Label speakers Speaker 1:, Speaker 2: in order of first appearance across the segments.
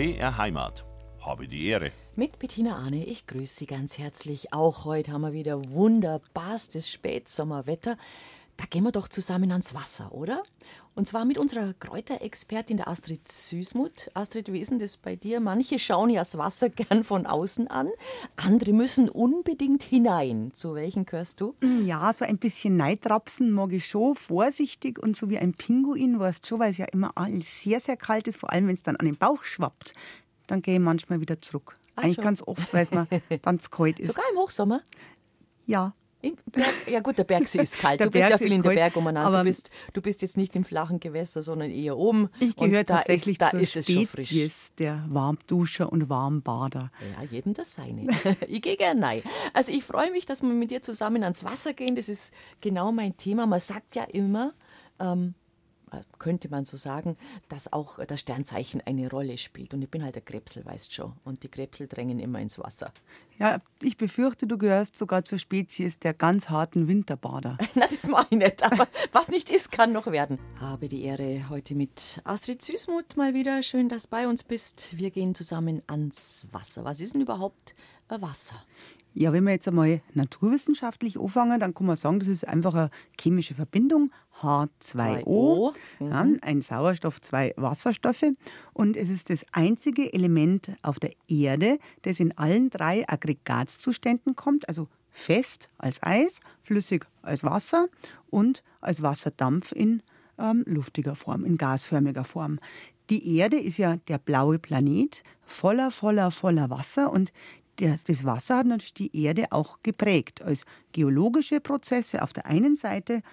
Speaker 1: BR Heimat. Habe die Ehre.
Speaker 2: Mit Bettina Arne, ich grüße Sie ganz herzlich. Auch heute haben wir wieder wunderbarstes Spätsommerwetter. Da gehen wir doch zusammen ans Wasser, oder? Und zwar mit unserer Kräuterexpertin, der Astrid Süßmuth. Astrid, wie ist denn das bei dir? Manche schauen ja das Wasser gern von außen an, andere müssen unbedingt hinein. Zu welchen gehörst du?
Speaker 3: Ja, so ein bisschen Neitrapsen mag ich schon, vorsichtig und so wie ein Pinguin, weißt schon, weil es ja immer alles sehr, sehr kalt ist, vor allem wenn es dann an den Bauch schwappt. Dann gehe ich manchmal wieder zurück. Eigentlich
Speaker 2: schon.
Speaker 3: ganz oft, weil es mir dann zu kalt ist.
Speaker 2: Sogar im Hochsommer?
Speaker 3: Ja.
Speaker 2: Ja gut, der Bergsee ist kalt.
Speaker 3: Der
Speaker 2: Du bist ja
Speaker 3: Bergsee
Speaker 2: viel
Speaker 3: ist
Speaker 2: in der
Speaker 3: kalt,
Speaker 2: Bergumeinander. Du bist jetzt nicht im flachen Gewässer, sondern eher oben.
Speaker 3: Ich gehöre
Speaker 2: Und da
Speaker 3: tatsächlich
Speaker 2: da
Speaker 3: zur
Speaker 2: ist es schon frisch.
Speaker 3: Spezies der Warmduscher und Warmbader.
Speaker 2: Ja, jedem das seine. Ich gehe gerne rein. Also ich freue mich, dass wir mit dir zusammen ans Wasser gehen. Das ist genau mein Thema. Man sagt ja immer, könnte man so sagen, dass auch das Sternzeichen eine Rolle spielt. Und ich bin halt der Krebsel, weißt schon. Und die Krebsel drängen immer ins Wasser.
Speaker 3: Ja, ich befürchte, du gehörst sogar zur Spezies der ganz harten Winterbader.
Speaker 2: Na, das mache ich nicht. Aber was nicht ist, kann noch werden. Habe die Ehre heute mit Astrid Süßmuth mal wieder. Schön, dass du bei uns bist. Wir gehen zusammen ans Wasser. Was ist denn überhaupt ein Wasser?
Speaker 3: Ja, wenn wir jetzt einmal naturwissenschaftlich anfangen, dann kann man sagen, das ist einfach eine chemische Verbindung, H2O, ja, ein Sauerstoff, zwei Wasserstoffe. Und es ist das einzige Element auf der Erde, das in allen drei Aggregatzuständen kommt, also fest als Eis, flüssig als Wasser und als Wasserdampf in luftiger Form, in gasförmiger Form. Die Erde ist ja der blaue Planet, voller Wasser, und das Wasser hat natürlich die Erde auch geprägt, als geologische Prozesse auf der einen Seite,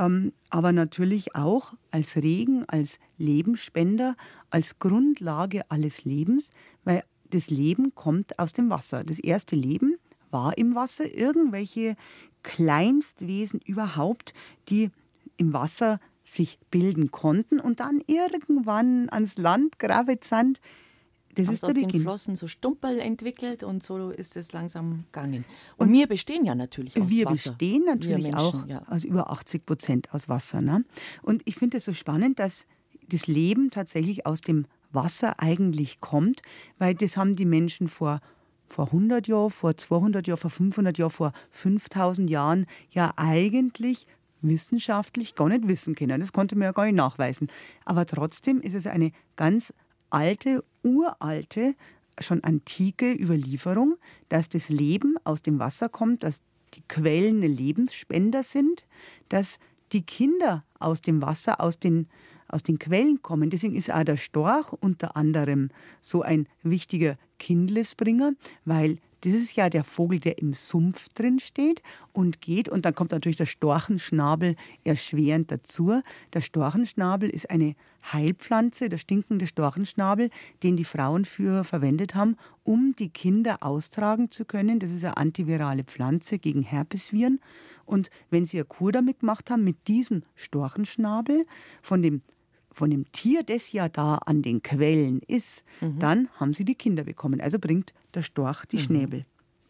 Speaker 3: aber natürlich auch als Regen, als Lebensspender, als Grundlage alles Lebens, weil das Leben kommt aus dem Wasser. Das erste Leben war im Wasser, irgendwelche Kleinstwesen überhaupt, die im Wasser sich bilden konnten und dann irgendwann ans Land gravit sind. Das ist
Speaker 2: aus
Speaker 3: der
Speaker 2: den
Speaker 3: Beginn.
Speaker 2: Flossen so Stumperl entwickelt und so ist es langsam gegangen. Und wir bestehen ja natürlich aus
Speaker 3: Wir
Speaker 2: Wasser.
Speaker 3: bestehen natürlich
Speaker 2: Wir Menschen,
Speaker 3: auch
Speaker 2: ja.
Speaker 3: aus über 80% aus Wasser. Ne? Und ich finde es so spannend, dass das Leben tatsächlich aus dem Wasser eigentlich kommt, weil das haben die Menschen vor 100 Jahren, vor 200 Jahren, vor 500 Jahren, vor 5000 Jahren ja eigentlich wissenschaftlich gar nicht wissen können. Das konnte man ja gar nicht nachweisen. Aber trotzdem ist es eine ganz alte, uralte, schon antike Überlieferung, dass das Leben aus dem Wasser kommt, dass die Quellen Lebensspender sind, dass die Kinder aus dem Wasser, aus den Quellen kommen. Deswegen ist auch der Storch unter anderem so ein wichtiger Kindlesbringer, weil das ist ja der Vogel, der im Sumpf drin steht und geht. Und dann kommt natürlich der Storchenschnabel erschwerend dazu. Der Storchenschnabel ist eine Heilpflanze, der stinkende Storchenschnabel, den die Frauen früher verwendet haben, um die Kinder austragen zu können. Das ist eine antivirale Pflanze gegen Herpesviren. Und wenn sie eine Kur damit gemacht haben, mit diesem Storchenschnabel von dem Tier, das ja da an den Quellen ist, dann haben sie die Kinder bekommen. Also bringt der Storch die Schnäbel.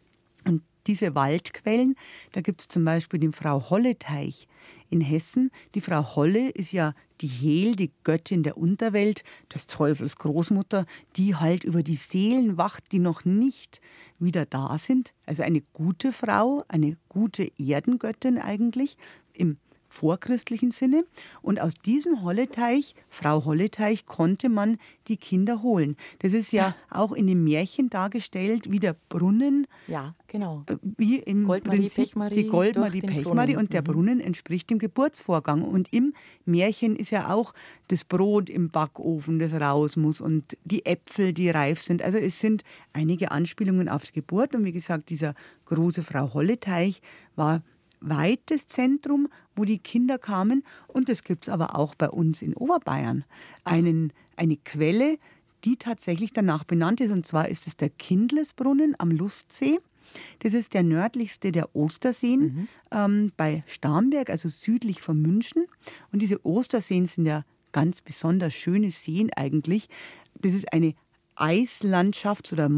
Speaker 3: Und diese Waldquellen, da gibt es zum Beispiel den Frau-Holle-Teich in Hessen. Die Frau Holle ist ja die Hel, die Göttin der Unterwelt, des Teufels Großmutter, die halt über die Seelen wacht, die noch nicht wieder da sind. Also eine gute Frau, eine gute Erdengöttin eigentlich, im vorchristlichen Sinne. Und aus diesem Holleteich, Frau Holleteich, konnte man die Kinder holen. Das ist ja auch in dem Märchen dargestellt, wie der Brunnen.
Speaker 2: Ja, genau.
Speaker 3: Wie im
Speaker 2: Goldmarie,
Speaker 3: Prinzip
Speaker 2: Pechmarie,
Speaker 3: die Goldmarie,
Speaker 2: durch den
Speaker 3: Pechmarie.
Speaker 2: Brunnen.
Speaker 3: Und der Brunnen entspricht dem Geburtsvorgang. Und im Märchen ist ja auch das Brot im Backofen, das raus muss, und die Äpfel, die reif sind. Also es sind einige Anspielungen auf die Geburt. Und wie gesagt, dieser große Frau Holleteich war weites Zentrum, wo die Kinder kamen. Und das gibt es aber auch bei uns in Oberbayern. Eine Quelle, die tatsächlich danach benannt ist. Und zwar ist es der Kindlesbrunnen am Lustsee. Das ist der nördlichste der Osterseen bei Starnberg, also südlich von München. Und diese Osterseen sind ja ganz besonders schöne Seen eigentlich. Das ist eine Eislandschafts- oder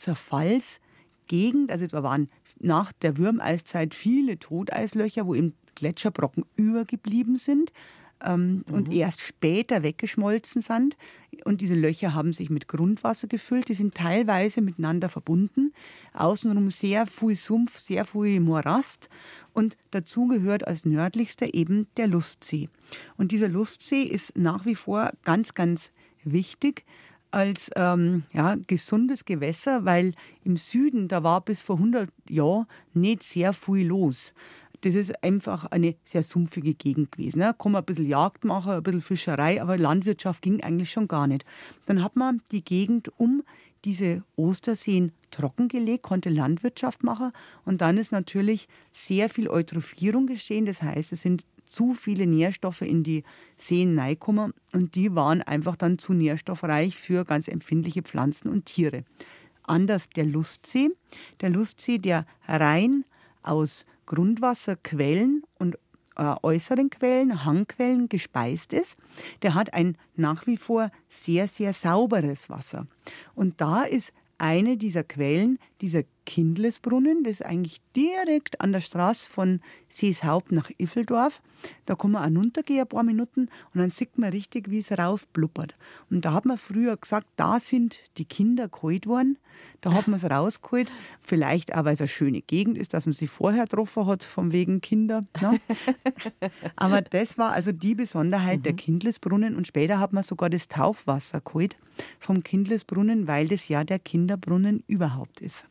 Speaker 3: Moränenzerfallsgegend. Also da waren nach der Würmeiszeit viele Toteislöcher, wo eben Gletscherbrocken übergeblieben sind und erst später weggeschmolzen sind. Und diese Löcher haben sich mit Grundwasser gefüllt. Die sind teilweise miteinander verbunden. Außenrum sehr viel Sumpf, sehr viel Morast. Und dazu gehört als nördlichster eben der Lustsee. Und dieser Lustsee ist nach wie vor ganz, ganz wichtig als gesundes Gewässer, weil im Süden, da war bis vor 100 Jahren nicht sehr viel los. Das ist einfach eine sehr sumpfige Gegend gewesen. Da kann man ein bisschen Jagd machen, ein bisschen Fischerei, aber Landwirtschaft ging eigentlich schon gar nicht. Dann hat man die Gegend um diese Osterseen trockengelegt, konnte Landwirtschaft machen und dann ist natürlich sehr viel Eutrophierung geschehen. Das heißt, es sind zu viele Nährstoffe in die Seen reingekommen und die waren einfach dann zu nährstoffreich für ganz empfindliche Pflanzen und Tiere. Anders der Lustsee. Der Lustsee, der rein aus Grundwasserquellen und äußeren Quellen, Hangquellen gespeist ist, der hat ein nach wie vor sehr, sehr sauberes Wasser. Und da ist eine dieser Quellen, dieser Kindlesbrunnen, das ist eigentlich direkt an der Straße von Seeshaupt nach Iffeldorf. Da kann man auch runtergehen, ein paar Minuten, und dann sieht man richtig, wie es raufblubbert. Und da hat man früher gesagt, da sind die Kinder geholt worden. Da hat man es rausgeholt. Vielleicht auch, weil es eine schöne Gegend ist, dass man sie vorher getroffen hat, von wegen Kinder. Ne? Aber das war also die Besonderheit der Kindlesbrunnen. Und später hat man sogar das Taufwasser geholt vom Kindlesbrunnen, weil das ja der Kinderbrunnen überhaupt ist.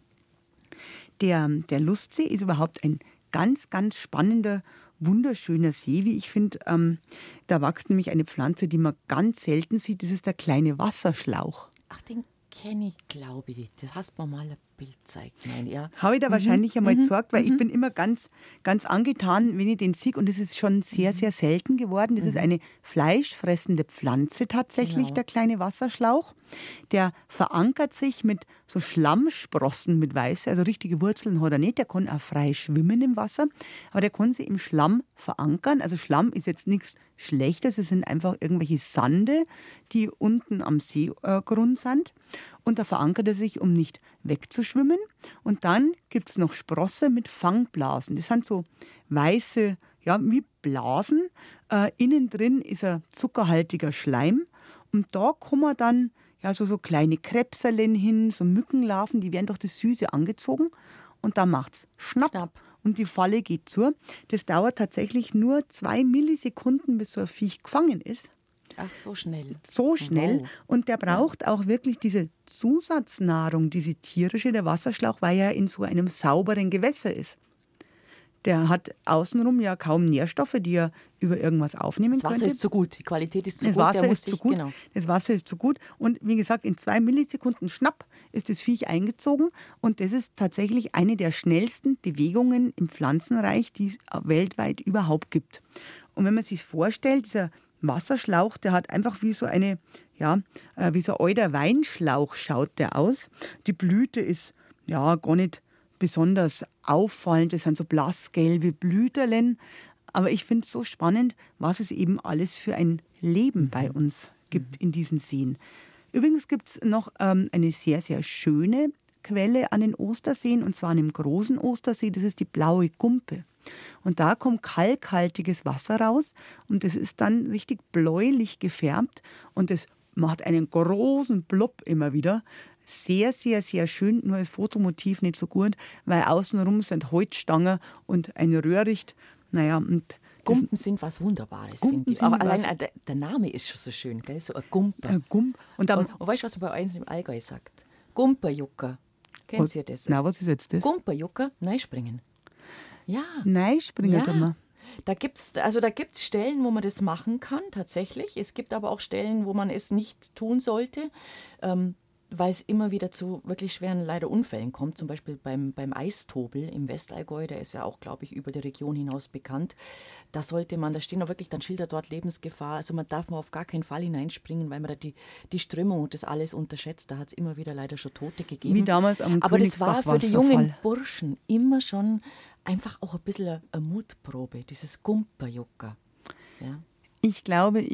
Speaker 3: Der Lustsee ist überhaupt ein ganz, ganz spannender, wunderschöner See, wie ich finde. Da wächst nämlich eine Pflanze, die man ganz selten sieht. Das ist der kleine Wasserschlauch.
Speaker 2: Ach, den kenne ich, glaube ich. Das hast du mir mal ein Bild gezeigt. Nein, ja.
Speaker 3: Habe ich da wahrscheinlich einmal gesagt, weil ich bin immer ganz, ganz angetan, wenn ich den sehe. Und das ist schon sehr, sehr selten geworden. Das ist eine fleischfressende Pflanze tatsächlich, der kleine Wasserschlauch. Der verankert sich mit so Schlammsprossen mit Weiße, also richtige Wurzeln hat er nicht. Der kann auch frei schwimmen im Wasser, aber der kann sich im Schlamm verankern. Also Schlamm ist jetzt nichts Schlechtes, es sind einfach irgendwelche Sande, die unten am Seegrund sind. Und da verankert er sich, um nicht wegzuschwimmen. Und dann gibt es noch Sprosse mit Fangblasen. Das sind so weiße, ja, wie Blasen. Innen drin ist ein zuckerhaltiger Schleim. Und da kann man dann ja, so kleine Krebserlen hin, so Mückenlarven, die werden durch das Süße angezogen. Und dann macht es Schnapp. Und die Falle geht zu. Das dauert tatsächlich nur 2 Millisekunden, bis so ein Viech gefangen ist.
Speaker 2: Ach, so schnell.
Speaker 3: So schnell.
Speaker 2: Wow.
Speaker 3: Und der braucht auch wirklich diese Zusatznahrung, diese tierische, der Wasserschlauch, weil er in so einem sauberen Gewässer ist. Der hat außenrum ja kaum Nährstoffe, die er über irgendwas aufnehmen könnte.
Speaker 2: Das Wasser ist zu gut, die Qualität ist zu
Speaker 3: Das
Speaker 2: gut.
Speaker 3: Wasser ist zu gut.
Speaker 2: Genau.
Speaker 3: Das Wasser ist zu gut. Und wie gesagt, in 2 Millisekunden Schnapp ist das Viech eingezogen. Und das ist tatsächlich eine der schnellsten Bewegungen im Pflanzenreich, die es weltweit überhaupt gibt. Und wenn man sich vorstellt, dieser Wasserschlauch, der hat einfach wie so eine, ja, wie so ein alter Weinschlauch schaut der aus. Die Blüte ist ja gar nicht besonders auffallend. Das sind so blassgelbe Blüterlen. Aber ich finde es so spannend, was es eben alles für ein Leben bei uns gibt in diesen Seen. Übrigens gibt es noch eine sehr, sehr schöne Quelle an den Osterseen, und zwar an dem großen Ostersee. Das ist die Blaue Gumpe. Und da kommt kalkhaltiges Wasser raus und das ist dann richtig bläulich gefärbt und das macht einen großen Blob immer wieder. Sehr, sehr, sehr schön, nur das Fotomotiv nicht so gut, weil außenrum sind Holzstangen und ein Röhricht. Naja, und
Speaker 2: Gumpen sind was Wunderbares, finde ich. Aber allein der Name ist schon so schön, gell? So ein Gumper.
Speaker 3: Und
Speaker 2: weißt du, was man bei uns im Allgäu sagt? Gumperjucker. Kennt ihr das?
Speaker 3: Na, was ist jetzt das?
Speaker 2: Gumperjucker, Neispringen. Ja.
Speaker 3: Neispringen tut man.
Speaker 2: Da gibt's Stellen, wo man das machen kann, tatsächlich. Es gibt aber auch Stellen, wo man es nicht tun sollte, weil es immer wieder zu wirklich schweren, leider Unfällen kommt. Zum Beispiel beim Eistobel im Westallgäu, der ist ja auch, glaube ich, über die Region hinaus bekannt. Da stehen auch wirklich dann Schilder dort, Lebensgefahr. Also man darf auf gar keinen Fall hineinspringen, weil man da die Strömung und das alles unterschätzt. Da hat es immer wieder leider schon Tote gegeben.
Speaker 3: Wie damals am
Speaker 2: Aber das war für die jungen
Speaker 3: Fall.
Speaker 2: Burschen immer schon einfach auch ein bisschen eine Mutprobe, dieses Gumperjucker. Ja.
Speaker 3: Ich glaube, ich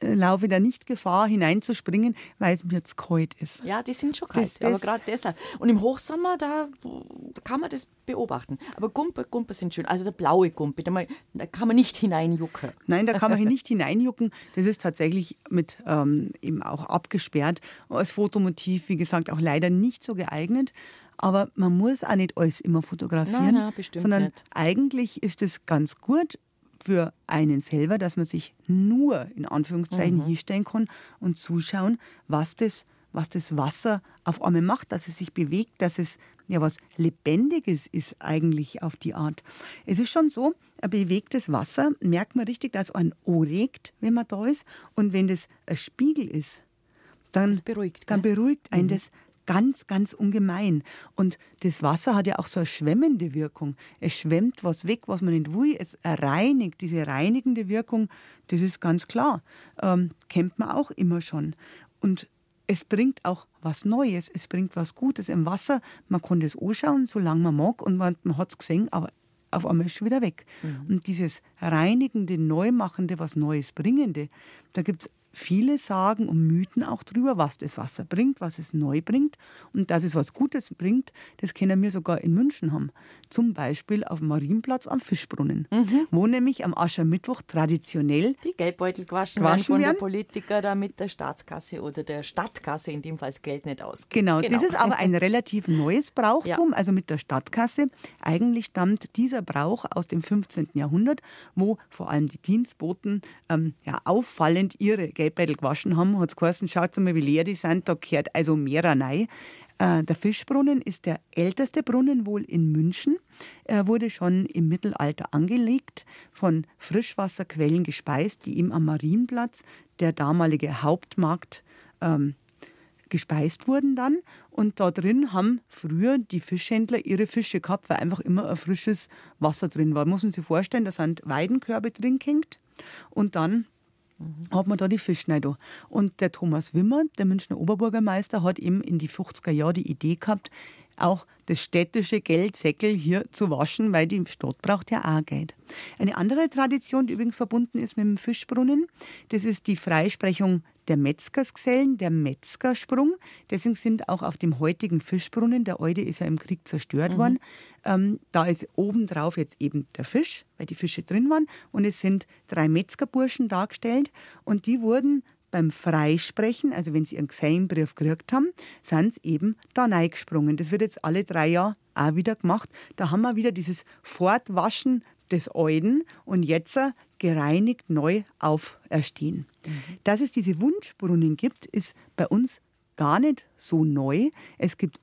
Speaker 3: laufe ich da nicht Gefahr, hineinzuspringen, weil es mir jetzt kalt ist.
Speaker 2: Ja, die sind schon kalt, aber gerade deshalb. Und im Hochsommer, da kann man das beobachten. Aber Gumper sind schön. Also der blaue Gumpe, da kann man nicht hineinjucken.
Speaker 3: Nein, da kann man nicht hineinjucken. Das ist tatsächlich mit eben auch abgesperrt. Als Fotomotiv, wie gesagt, auch leider nicht so geeignet. Aber man muss auch nicht alles immer fotografieren,
Speaker 2: Nein, bestimmt
Speaker 3: sondern
Speaker 2: nicht.
Speaker 3: Eigentlich ist es ganz gut für einen selber, dass man sich nur in Anführungszeichen hinstellen kann und zuschauen, was das Wasser auf einmal macht, dass es sich bewegt, dass es ja was Lebendiges ist eigentlich auf die Art. Es ist schon so, ein bewegtes Wasser merkt man richtig, dass es einen anregt, wenn man da ist. Und wenn das ein Spiegel ist, dann beruhigt einen das ganz, ganz ungemein. Und das Wasser hat ja auch so eine schwemmende Wirkung. Es schwemmt was weg, was man nicht will. Es reinigt. Diese reinigende Wirkung, das ist ganz klar. Kennt man auch immer schon. Und es bringt auch was Neues. Es bringt was Gutes im Wasser. Man kann das anschauen, solange man mag. Und man hat es gesehen, aber auf einmal ist es wieder weg. Und dieses reinigende, neumachende, was Neues bringende, da gibt es viele Sagen und Mythen auch drüber, was das Wasser bringt, was es neu bringt. Und dass es was Gutes bringt, das können wir sogar in München haben. Zum Beispiel auf dem Marienplatz am Fischbrunnen, wo nämlich am Aschermittwoch traditionell
Speaker 2: die Geldbeutel gewaschen werden von der
Speaker 3: werden.
Speaker 2: Politiker, damit der Staatskasse oder der Stadtkasse in dem Fall das Geld nicht ausgeht.
Speaker 3: Genau, das ist aber ein relativ neues Brauchtum, also mit der Stadtkasse. Eigentlich stammt dieser Brauch aus dem 15. Jahrhundert, wo vor allem die Dienstboten auffallend ihre Geldbeutel gewaschen haben. Hat es geheißen, schaut mal, wie leer die sind, da gehört also mehr rein. Der Fischbrunnen ist der älteste Brunnen wohl in München. Er wurde schon im Mittelalter angelegt, von Frischwasserquellen gespeist, die ihm am Marienplatz, der damalige Hauptmarkt, gespeist wurden dann. Und da drin haben früher die Fischhändler ihre Fische gehabt, weil einfach immer ein frisches Wasser drin war. Muss man sich vorstellen, da sind Weidenkörbe drin gehängt und dann hat man da die Fische rein. Und der Thomas Wimmer, der Münchner Oberbürgermeister, hat eben in die 50er Jahre die Idee gehabt, auch das städtische Geldsäckel hier zu waschen, weil die Stadt braucht ja auch Geld. Eine andere Tradition, die übrigens verbunden ist mit dem Fischbrunnen, das ist die Freisprechung der Metzgersgesellen, der Metzgersprung. Deswegen sind auch auf dem heutigen Fischbrunnen, der alte ist ja im Krieg zerstört worden, da ist obendrauf jetzt eben der Fisch, weil die Fische drin waren. Und es sind 3 Metzgerburschen dargestellt und die wurden beim Freisprechen, also wenn sie ihren Gesellenbrief gekriegt haben, sind sie eben da reingesprungen. Das wird jetzt alle 3 Jahre auch wieder gemacht. Da haben wir wieder dieses Fortwaschen des Alten und jetzt gereinigt neu auferstehen. Dass es diese Wunschbrunnen gibt, ist bei uns gar nicht so neu. Es gibt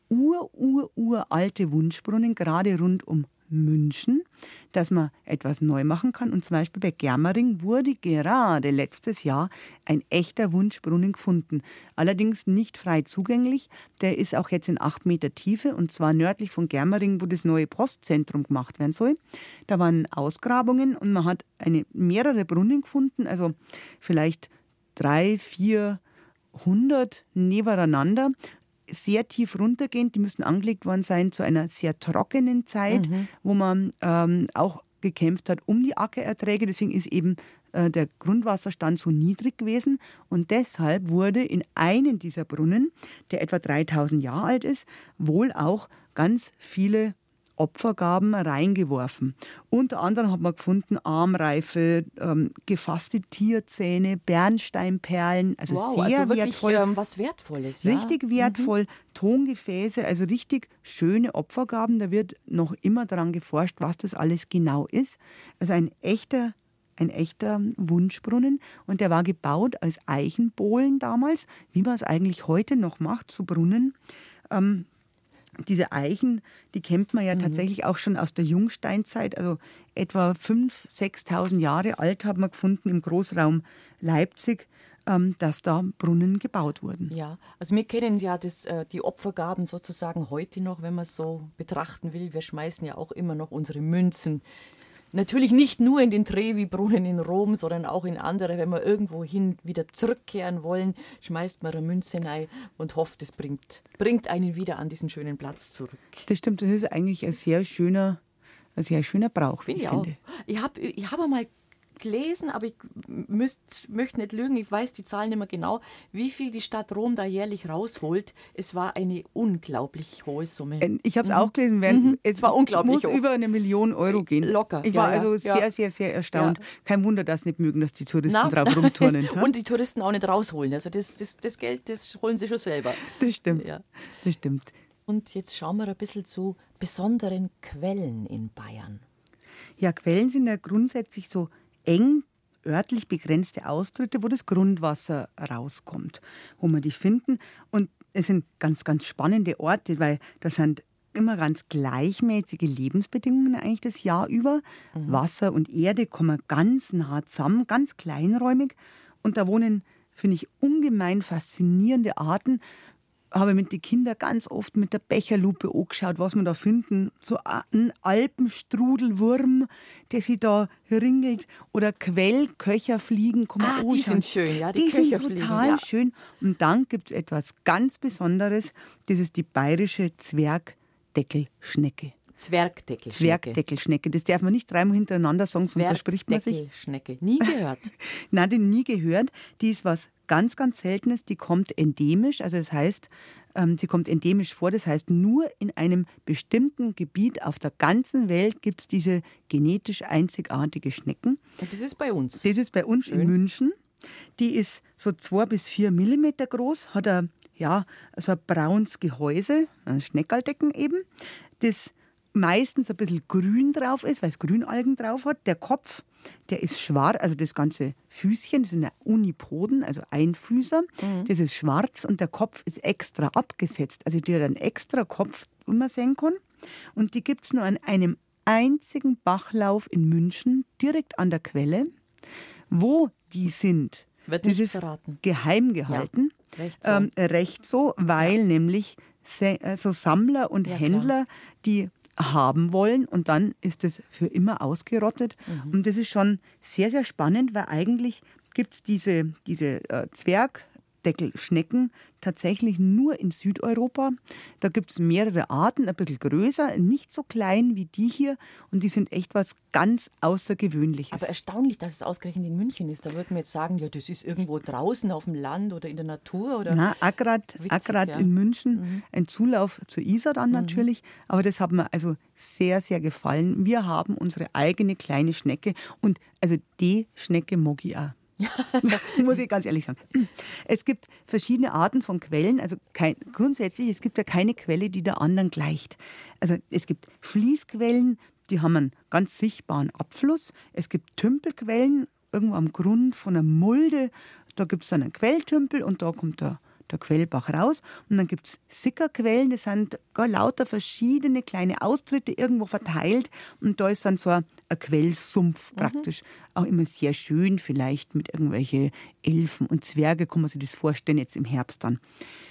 Speaker 3: uralte Wunschbrunnen, gerade rund um München, dass man etwas neu machen kann. Und zum Beispiel bei Germering wurde gerade letztes Jahr ein echter Wunschbrunnen gefunden. Allerdings nicht frei zugänglich. Der ist auch jetzt in 8 Meter Tiefe und zwar nördlich von Germering, wo das neue Postzentrum gemacht werden soll. Da waren Ausgrabungen und man hat mehrere Brunnen gefunden, also vielleicht 300, 400 nebeneinander. Sehr tief runtergehend, die müssen angelegt worden sein zu einer sehr trockenen Zeit, wo man auch gekämpft hat um die Ackererträge. Deswegen ist eben der Grundwasserstand so niedrig gewesen. Und deshalb wurde in einen dieser Brunnen, der etwa 3000 Jahre alt ist, wohl auch ganz viele Opfergaben reingeworfen. Unter anderem hat man gefunden Armreife, gefasste Tierzähne, Bernsteinperlen, also sehr
Speaker 2: also wirklich,
Speaker 3: wertvoll.
Speaker 2: was Wertvolles. Ja?
Speaker 3: Richtig wertvoll, Tongefäße, also richtig schöne Opfergaben. Da wird noch immer daran geforscht, was das alles genau ist. Also ein echter Wunschbrunnen und der war gebaut als Eichenbohlen damals, wie man es eigentlich heute noch macht zu Brunnen. Diese Eichen, die kennt man ja tatsächlich auch schon aus der Jungsteinzeit, also etwa 5.000, 6.000 Jahre alt hat man gefunden im Großraum Leipzig, dass da Brunnen gebaut wurden.
Speaker 2: Ja, also wir kennen ja die Opfergaben sozusagen heute noch, wenn man es so betrachten will. Wir schmeißen ja auch immer noch unsere Münzen. Natürlich nicht nur in den Trevi-Brunnen in Rom, sondern auch in andere. Wenn wir irgendwohin wieder zurückkehren wollen, schmeißt man eine Münze rein und hofft, es bringt einen wieder an diesen schönen Platz zurück.
Speaker 3: Das stimmt, das ist eigentlich ein sehr schöner Brauch,
Speaker 2: Finde ich auch. Ich hab einmal gelesen, aber ich möchte nicht lügen, ich weiß die Zahlen nicht mehr genau, wie viel die Stadt Rom da jährlich rausholt. Es war eine unglaublich hohe Summe.
Speaker 3: Ich habe es auch gelesen,
Speaker 2: Es war unglaublich
Speaker 3: muss
Speaker 2: hoch.
Speaker 3: über 1 Million Euro gehen.
Speaker 2: Locker.
Speaker 3: Ich
Speaker 2: Ja,
Speaker 3: war
Speaker 2: ja,
Speaker 3: also
Speaker 2: ja.
Speaker 3: sehr, sehr, sehr erstaunt.
Speaker 2: Ja.
Speaker 3: Kein Wunder, dass nicht mögen, dass die Touristen
Speaker 2: Na?
Speaker 3: drauf rumturnen. ha?
Speaker 2: Und die Touristen auch nicht rausholen. Also das Geld, das holen sie schon selber.
Speaker 3: Das stimmt.
Speaker 2: Ja.
Speaker 3: Das stimmt.
Speaker 2: Und jetzt schauen wir ein bisschen zu besonderen Quellen in Bayern.
Speaker 3: Ja, Quellen sind ja grundsätzlich so eng örtlich begrenzte Austritte, wo das Grundwasser rauskommt, wo wir die finden. Und es sind ganz, ganz spannende Orte, weil das sind immer ganz gleichmäßige Lebensbedingungen eigentlich das Jahr über. Wasser und Erde kommen ganz nah zusammen, ganz kleinräumig. Und da wohnen, finde ich, ungemein faszinierende Arten. Habe mit den Kindern ganz oft mit der Becherlupe angeschaut, was wir da finden. So ein Alpenstrudelwurm, der sich da ringelt. Oder Quellköcherfliegen. Kann man
Speaker 2: Die
Speaker 3: anschauen.
Speaker 2: sind schön, ja, die
Speaker 3: Die sind
Speaker 2: Köcherfliegen,
Speaker 3: total
Speaker 2: ja.
Speaker 3: schön. Und dann gibt es etwas ganz Besonderes. Das ist die bayerische Zwergdeckelschnecke.
Speaker 2: Zwergdeckelschnecke.
Speaker 3: Das darf man nicht dreimal hintereinander sagen, sonst verspricht man sich.
Speaker 2: Zwergdeckelschnecke. Nie gehört.
Speaker 3: Nein, die nie gehört. Die ist was ganz, ganz Seltenes. Die kommt endemisch, also das heißt, sie kommt endemisch vor. Das heißt, nur in einem bestimmten Gebiet auf der ganzen Welt gibt es diese genetisch einzigartige Schnecken.
Speaker 2: Und das ist bei uns.
Speaker 3: Das ist bei uns in München. Die ist so 2 bis 4 Millimeter groß, hat so ein braunes Gehäuse, ein Schneckerldecken eben, das meistens ein bisschen grün drauf ist, weil es Grünalgen drauf hat. Der Kopf, der ist schwarz, also das ganze Füßchen, das sind ja Unipoden, also Einfüßer, das ist schwarz und der Kopf ist extra abgesetzt. Also die hat einen extra Kopf, wie man sehen kann. Und die gibt es nur an einem einzigen Bachlauf in München, direkt an der Quelle. Wo die sind,
Speaker 2: Wird
Speaker 3: das
Speaker 2: nicht
Speaker 3: ist
Speaker 2: verraten.
Speaker 3: geheim gehalten.
Speaker 2: Ja, recht so.
Speaker 3: Recht so, weil nämlich so Sammler und
Speaker 2: Ja,
Speaker 3: Händler, die haben wollen und dann ist es für immer ausgerottet. Und das ist schon sehr, sehr spannend, weil eigentlich gibt es diese Zwergdeckelschnecken tatsächlich nur in Südeuropa. Da gibt es mehrere Arten, ein bisschen größer, nicht so klein wie die hier und die sind echt was ganz Außergewöhnliches.
Speaker 2: Aber erstaunlich, dass es ausgerechnet in München ist. Da würde man jetzt sagen, ja, das ist irgendwo draußen auf dem Land oder in der Natur. Oder
Speaker 3: Na, auch gerade
Speaker 2: ja.
Speaker 3: in München ein Zulauf zur Isar dann natürlich. Aber das hat mir also sehr, sehr gefallen. Wir haben unsere eigene kleine Schnecke und also die Schnecke mag ich auch. Muss ich ganz ehrlich sagen. Es gibt verschiedene Arten von Quellen. Also grundsätzlich, es gibt ja keine Quelle, die der anderen gleicht. Also es gibt Fließquellen, die haben einen ganz sichtbaren Abfluss. Es gibt Tümpelquellen, irgendwo am Grund von einer Mulde. Da gibt es dann einen Quelltümpel und da kommt der Quellbach raus. Und dann gibt es Sickerquellen, das sind gar lauter verschiedene kleine Austritte irgendwo verteilt. Und da ist dann so ein Quellsumpf praktisch. Auch immer sehr schön, vielleicht mit irgendwelche Elfen und Zwerge, kann man sich das vorstellen, jetzt im Herbst dann.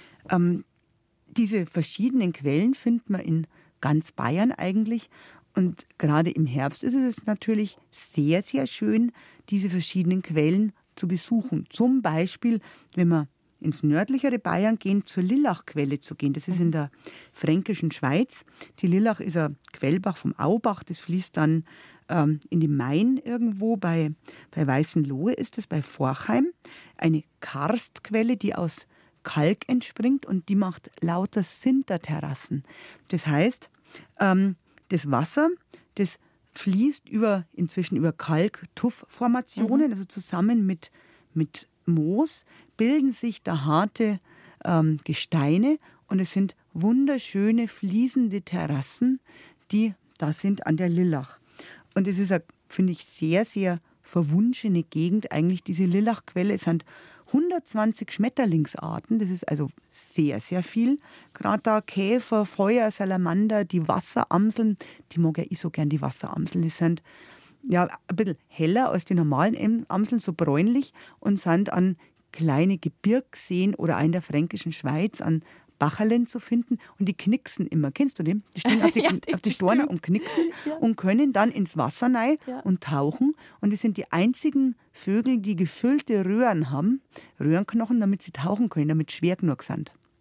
Speaker 3: Diese verschiedenen Quellen findet man in ganz Bayern eigentlich. Und gerade im Herbst ist es natürlich sehr, sehr schön, diese verschiedenen Quellen zu besuchen. Zum Beispiel, wenn man ins nördlichere Bayern gehen, zur Lillachquelle zu gehen. Das ist in der fränkischen Schweiz. Die Lillach ist ein Quellbach vom Aubach. Das fließt dann in den Main irgendwo. Bei Weißenlohe ist es, bei Forchheim. Eine Karstquelle, die aus Kalk entspringt und die macht lauter Sinterterrassen. Das heißt, das Wasser, das fließt inzwischen über Kalk-Tuff-Formationen, also zusammen mit Moos, bilden sich da harte Gesteine und es sind wunderschöne fließende Terrassen, die da sind an der Lillach. Und es ist, finde ich, sehr, sehr verwunschene Gegend, eigentlich diese Lillachquelle. Es sind 120 Schmetterlingsarten, das ist also sehr, sehr viel. Gerade da Käfer, Feuer, Salamander, die Wasseramseln, die mag ja ich so gern, die Wasseramseln, die sind ja ein bisschen heller als die normalen Amseln, so bräunlich und sind an kleine Gebirgsseen oder auch in der fränkischen Schweiz an Bacherlen zu finden und die knicksen immer. Kennst du den? Die stehen auf die Storne und knicksen und können dann ins Wasser rein und tauchen. Und das sind die einzigen Vögel, die gefüllte Röhren haben, Röhrenknochen, damit sie tauchen können, damit sie schwer genug sind.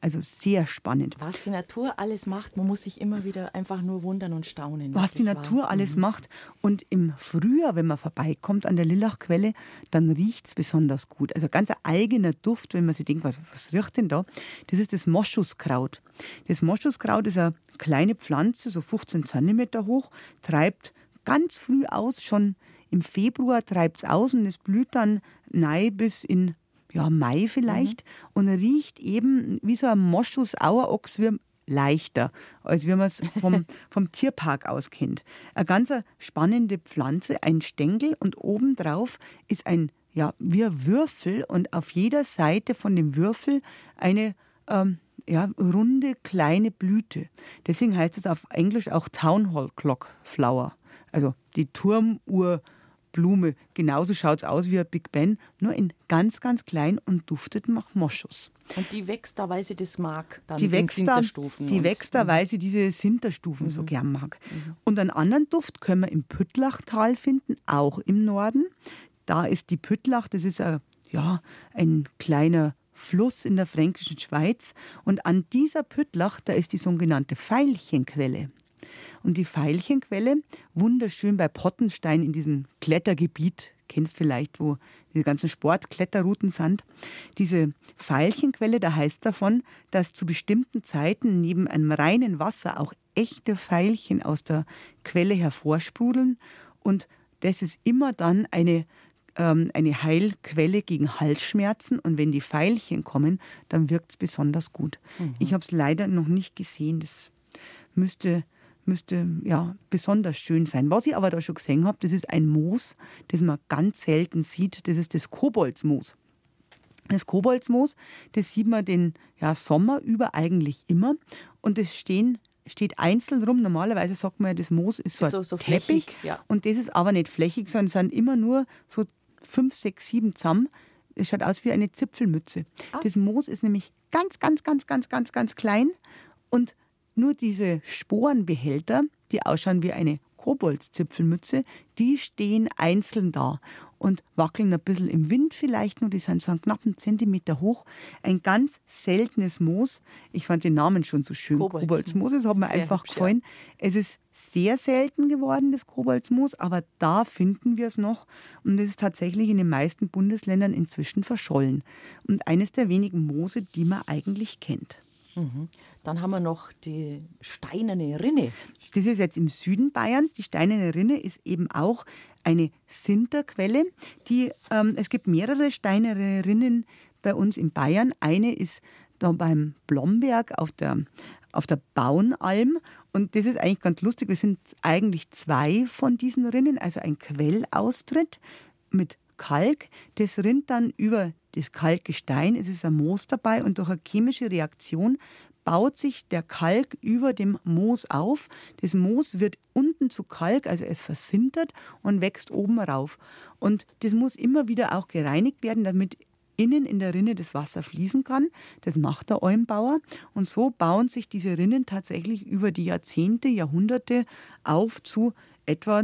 Speaker 3: Also sehr spannend.
Speaker 2: Was die Natur alles macht, man muss sich immer wieder einfach nur wundern und staunen.
Speaker 3: Was die Natur alles macht. Und im Frühjahr, wenn man vorbeikommt an der Lillachquelle, dann riecht es besonders gut. Also ganz ein eigener Duft, wenn man sich denkt, was riecht denn da? Das ist das Moschuskraut. Das Moschuskraut ist eine kleine Pflanze, so 15 Zentimeter hoch, treibt ganz früh aus, schon im Februar treibt es aus und es blüht dann nahe bis in Mai vielleicht und riecht eben wie so ein Moschus-Auerochswürm leichter, als wie man es vom Tierpark aus kennt. Eine ganz spannende Pflanze, ein Stängel und obendrauf ist wie ein Würfel und auf jeder Seite von dem Würfel eine runde kleine Blüte. Deswegen heißt es auf Englisch auch Town Hall Clock Flower, also die Turmuhrblume. Genauso schaut es aus wie ein Big Ben, nur in ganz, ganz klein und duftet nach Moschus.
Speaker 2: Und die wächst da, weil sie das mag, dann
Speaker 3: die
Speaker 2: mit den
Speaker 3: wächst
Speaker 2: Sinterstufen.
Speaker 3: Die wächst da, weil sie diese Sinterstufen so gern mag. Und einen anderen Duft können wir im Püttlachtal finden, auch im Norden. Da ist die Püttlach, das ist ein kleiner Fluss in der fränkischen Schweiz. Und an dieser Püttlach, da ist die sogenannte Veilchenquelle. Und die Veilchenquelle, wunderschön bei Pottenstein in diesem Klettergebiet, kennst vielleicht, wo diese ganzen Sportkletterrouten sind. Diese Veilchenquelle, da heißt davon, dass zu bestimmten Zeiten neben einem reinen Wasser auch echte Veilchen aus der Quelle hervorsprudeln. Und das ist immer dann eine Heilquelle gegen Halsschmerzen. Und wenn die Veilchen kommen, dann wirkt es besonders gut. Ich habe es leider noch nicht gesehen. Das müsste besonders schön sein. Was ich aber da schon gesehen habe, das ist ein Moos, das man ganz selten sieht. Das ist das Koboldsmoos. Das Koboldsmoos, das sieht man den Sommer über eigentlich immer. Und das steht einzeln rum. Normalerweise sagt man ja, das Moos ist so ein Teppich.
Speaker 2: Flächig, ja.
Speaker 3: Und das ist aber nicht flächig, sondern es sind immer nur so 5, 6, 7 zusammen. Es schaut aus wie eine Zipfelmütze. Das Moos ist nämlich ganz, ganz, ganz, ganz, ganz, ganz klein. Und nur diese Sporenbehälter, die ausschauen wie eine Koboldszipfelmütze, die stehen einzeln da und wackeln ein bisschen im Wind vielleicht nur. Die sind so einen knappen Zentimeter hoch. Ein ganz seltenes Moos. Ich fand den Namen schon so schön. Koboldsmoos, das hat mir einfach
Speaker 2: hübsch,
Speaker 3: gefallen. Ja. Es ist sehr selten geworden, das Koboldsmoos, aber da finden wir es noch. Und es ist tatsächlich in den meisten Bundesländern inzwischen verschollen. Und eines der wenigen Moose, die man eigentlich kennt.
Speaker 2: Dann haben wir noch die steinerne Rinne.
Speaker 3: Das ist jetzt im Süden Bayerns. Die steinerne Rinne ist eben auch eine Sinterquelle. Es gibt mehrere steinerne Rinnen bei uns in Bayern. Eine ist da beim Blomberg auf der Baunalm. Und das ist eigentlich ganz lustig. Es sind eigentlich 2 von diesen Rinnen, also ein Quellaustritt mit Kalk. Das rinnt dann über das Kalkgestein. Es ist ein Moos dabei und durch eine chemische Reaktion baut sich der Kalk über dem Moos auf. Das Moos wird unten zu Kalk, also es versintert und wächst oben rauf. Und das muss immer wieder auch gereinigt werden, damit innen in der Rinne das Wasser fließen kann. Das macht der Almbauer. Und so bauen sich diese Rinnen tatsächlich über die Jahrzehnte, Jahrhunderte auf zu etwa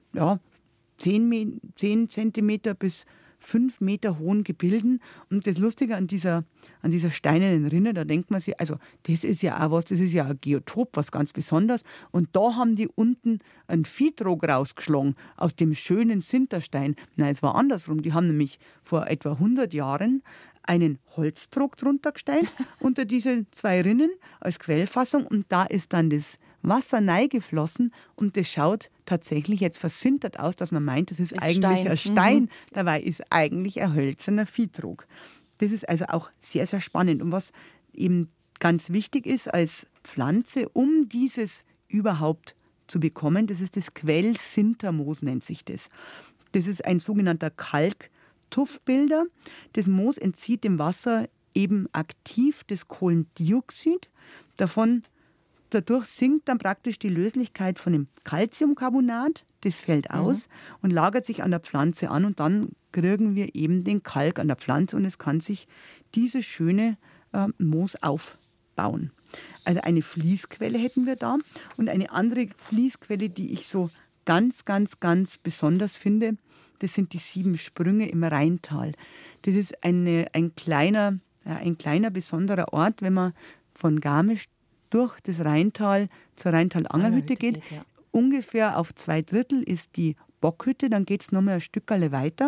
Speaker 3: 10 Zentimeter bis 5 Meter hohen Gebilden. Und das Lustige an dieser steinernen Rinne, da denkt man sich, also das ist ja auch was, das ist ja ein Geotop, was ganz Besonderes. Und da haben die unten einen Viehtrog rausgeschlagen aus dem schönen Sinterstein. Nein, es war andersrum. Die haben nämlich vor etwa 100 Jahren einen Holztrog drunter gestellt, unter diese 2 Rinnen als Quellfassung. Und da ist dann das Wasser reingeflossen und das schaut tatsächlich jetzt versintert aus, dass man meint, das ist eigentlich ein Stein. Dabei ist eigentlich ein hölzerner Viehtrog. Das ist also auch sehr, sehr spannend. Und was eben ganz wichtig ist als Pflanze, um dieses überhaupt zu bekommen, das ist das Quellsintermoos, nennt sich das. Das ist ein sogenannter Kalktuffbilder. Das Moos entzieht dem Wasser eben aktiv das Kohlendioxid. Dadurch sinkt dann praktisch die Löslichkeit von dem Calciumcarbonat, das fällt aus und lagert sich an der Pflanze an und dann kriegen wir eben den Kalk an der Pflanze und es kann sich dieses schöne Moos aufbauen. Also eine Fließquelle hätten wir da und eine andere Fließquelle, die ich so ganz, ganz, ganz besonders finde, das sind die 7 Sprünge im Rheintal. Das ist ein kleiner ein kleiner, besonderer Ort, wenn man von Garmisch durch das Rheintal zur Rheintal-Anger-Hütte geht.
Speaker 2: Ja.
Speaker 3: Ungefähr auf 2/3 ist die Bockhütte, dann geht es nochmal ein Stückerle weiter.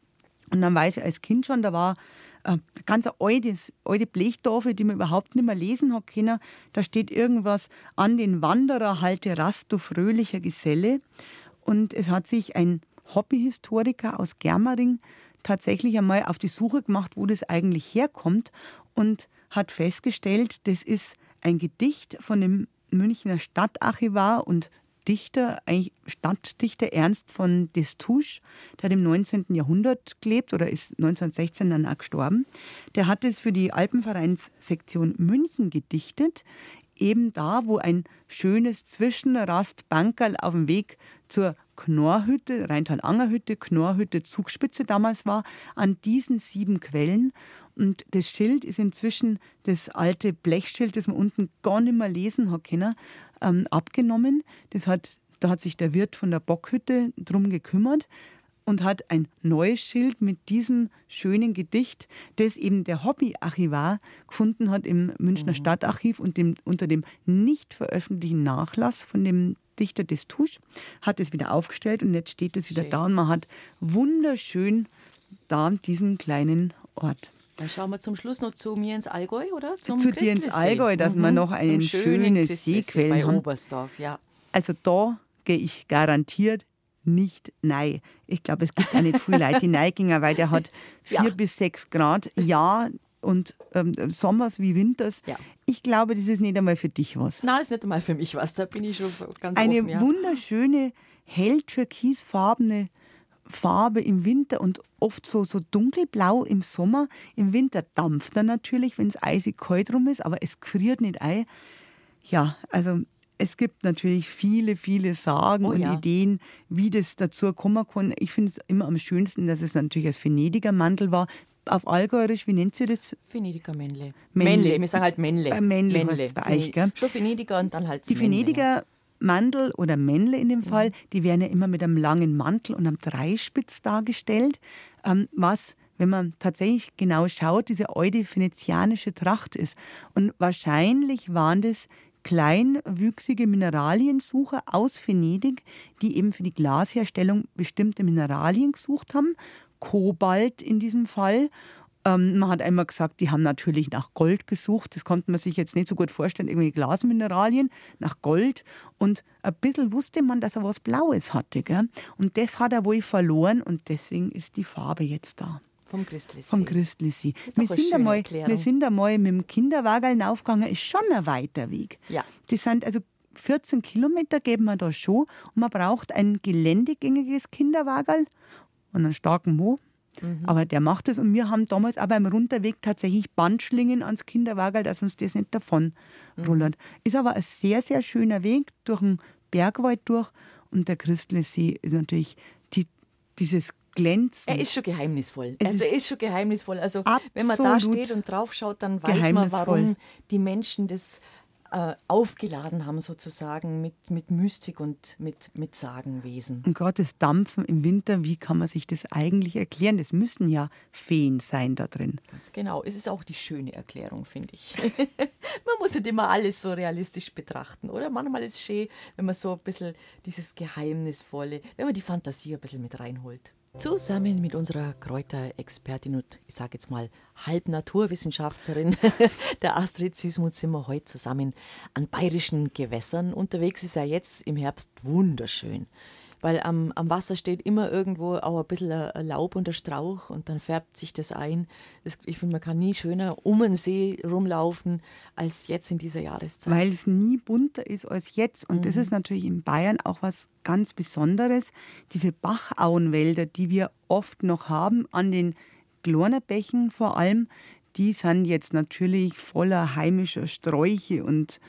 Speaker 3: Und dann weiß ich als Kind schon, da war ganz alte Blechtafel, die man überhaupt nicht mehr lesen hat können. Da steht irgendwas: An den Wanderer halte Rast, du fröhlicher Geselle. Und es hat sich ein Hobbyhistoriker aus Germering tatsächlich einmal auf die Suche gemacht, wo das eigentlich herkommt, und hat festgestellt, das ist ein Gedicht von dem Münchner Stadtarchivar und Dichter, eigentlich Stadtdichter Ernst von Destouches, der hat im 19. Jahrhundert gelebt oder ist 1916 dann auch gestorben. Der hat es für die Alpenvereinssektion München gedichtet, eben da, wo ein schönes Zwischenrastbankerl auf dem Weg zur Knorrhütte, Rheintal-Anger-Hütte, Knorrhütte, Zugspitze damals war, an diesen 7 Quellen. Und das Schild ist inzwischen, das alte Blechschild, das man unten gar nicht mehr lesen hat können, abgenommen. Da hat sich der Wirt von der Bockhütte drum gekümmert und hat ein neues Schild mit diesem schönen Gedicht, das eben der Hobbyarchivar gefunden hat im Münchner Stadtarchiv und unter dem nicht veröffentlichten Nachlass von dem Dichter Destouches, hat es wieder aufgestellt und jetzt steht es wieder da und man hat wunderschön da diesen kleinen Ort.
Speaker 2: Dann schauen wir zum Schluss noch zu mir ins Allgäu, oder?
Speaker 3: Zu dir ins Allgäu, dass wir noch einen schönen Seequellen haben.
Speaker 2: Bei Oberstdorf, ja.
Speaker 3: Also da gehe ich garantiert nicht rein. Ich glaube, es gibt auch nicht viele Leute, die reingehen, weil der hat 4 bis 6 Grad, und Sommers wie Winters. Ja. Ich glaube, das ist nicht einmal für dich was.
Speaker 2: Nein, das ist nicht einmal für mich was, da bin ich schon ganz
Speaker 3: eine
Speaker 2: offen.
Speaker 3: Eine wunderschöne, hell türkisfarbene Farbe im Winter und oft so dunkelblau im Sommer. Im Winter dampft er natürlich, wenn es eisig kalt rum ist, aber es friert nicht ein. Ja, also es gibt natürlich viele, viele Sagen und Ideen, wie das dazu kommen kann. Ich finde es immer am schönsten, dass es natürlich als Venediger Mantel war. Auf Allgäuerisch, wie nennt sie das?
Speaker 2: Venediger Männle. Männle, wir sagen halt Männle.
Speaker 3: Männle heißt es bei euch, gell?
Speaker 2: Schon Venediger und dann halt
Speaker 3: die Venediger Mandel oder Männle in dem Fall, die werden ja immer mit einem langen Mantel und einem Dreispitz dargestellt, was, wenn man tatsächlich genau schaut, diese alte venezianische Tracht ist. Und wahrscheinlich waren das kleinwüchsige Mineraliensucher aus Venedig, die eben für die Glasherstellung bestimmte Mineralien gesucht haben, Kobalt in diesem Fall. Man hat einmal gesagt, die haben natürlich nach Gold gesucht. Das konnte man sich jetzt nicht so gut vorstellen. Irgendwie Glasmineralien nach Gold. Und ein bisschen wusste man, dass er was Blaues hatte. Gell? Und das hat er wohl verloren. Und deswegen ist die Farbe jetzt da.
Speaker 2: Vom Christlisee.
Speaker 3: Vom Christlisee. Wir sind einmal mit dem Kinderwagen aufgegangen. Ist schon ein weiter Weg.
Speaker 2: Ja.
Speaker 3: Das sind also 14 Kilometer geben wir da schon. Und man braucht ein geländegängiges Kinderwagen und einen starken Mo. Aber der macht es und wir haben damals auch beim Runterweg tatsächlich Bandschlingen ans Kinderwagen, dass uns das nicht davon rullert. Ist aber ein sehr, sehr schöner Weg durch den Bergwald durch und der Christlesee ist natürlich dieses Glänzen.
Speaker 2: Er ist schon geheimnisvoll. Er ist schon geheimnisvoll. Also wenn man da steht und drauf schaut, dann weiß man, warum die Menschen das aufgeladen haben sozusagen mit Mystik und mit Sagenwesen.
Speaker 3: Und gerade das Dampfen im Winter, wie kann man sich das eigentlich erklären? Das müssen ja Feen sein da drin.
Speaker 2: Ganz genau. Es ist auch die schöne Erklärung, finde ich. Man muss nicht immer alles so realistisch betrachten, oder? Manchmal ist es schön, wenn man so ein bisschen dieses Geheimnisvolle, wenn man die Fantasie ein bisschen mit reinholt. Zusammen mit unserer Kräuterexpertin und ich sage jetzt mal Halbnaturwissenschaftlerin, der Astrid Süßmuth, sind wir heute zusammen an bayerischen Gewässern unterwegs. Ist ja jetzt im Herbst wunderschön, weil am Wasser steht immer irgendwo auch ein bisschen Laub und der Strauch und dann färbt sich das ein. Ich finde, man kann nie schöner um den See rumlaufen als jetzt in dieser Jahreszeit.
Speaker 3: Weil es nie bunter ist als jetzt. Und das ist natürlich in Bayern auch was ganz Besonderes. Diese Bachauenwälder, die wir oft noch haben, an den kleinen Bächen vor allem, die sind jetzt natürlich voller heimischer Sträuche und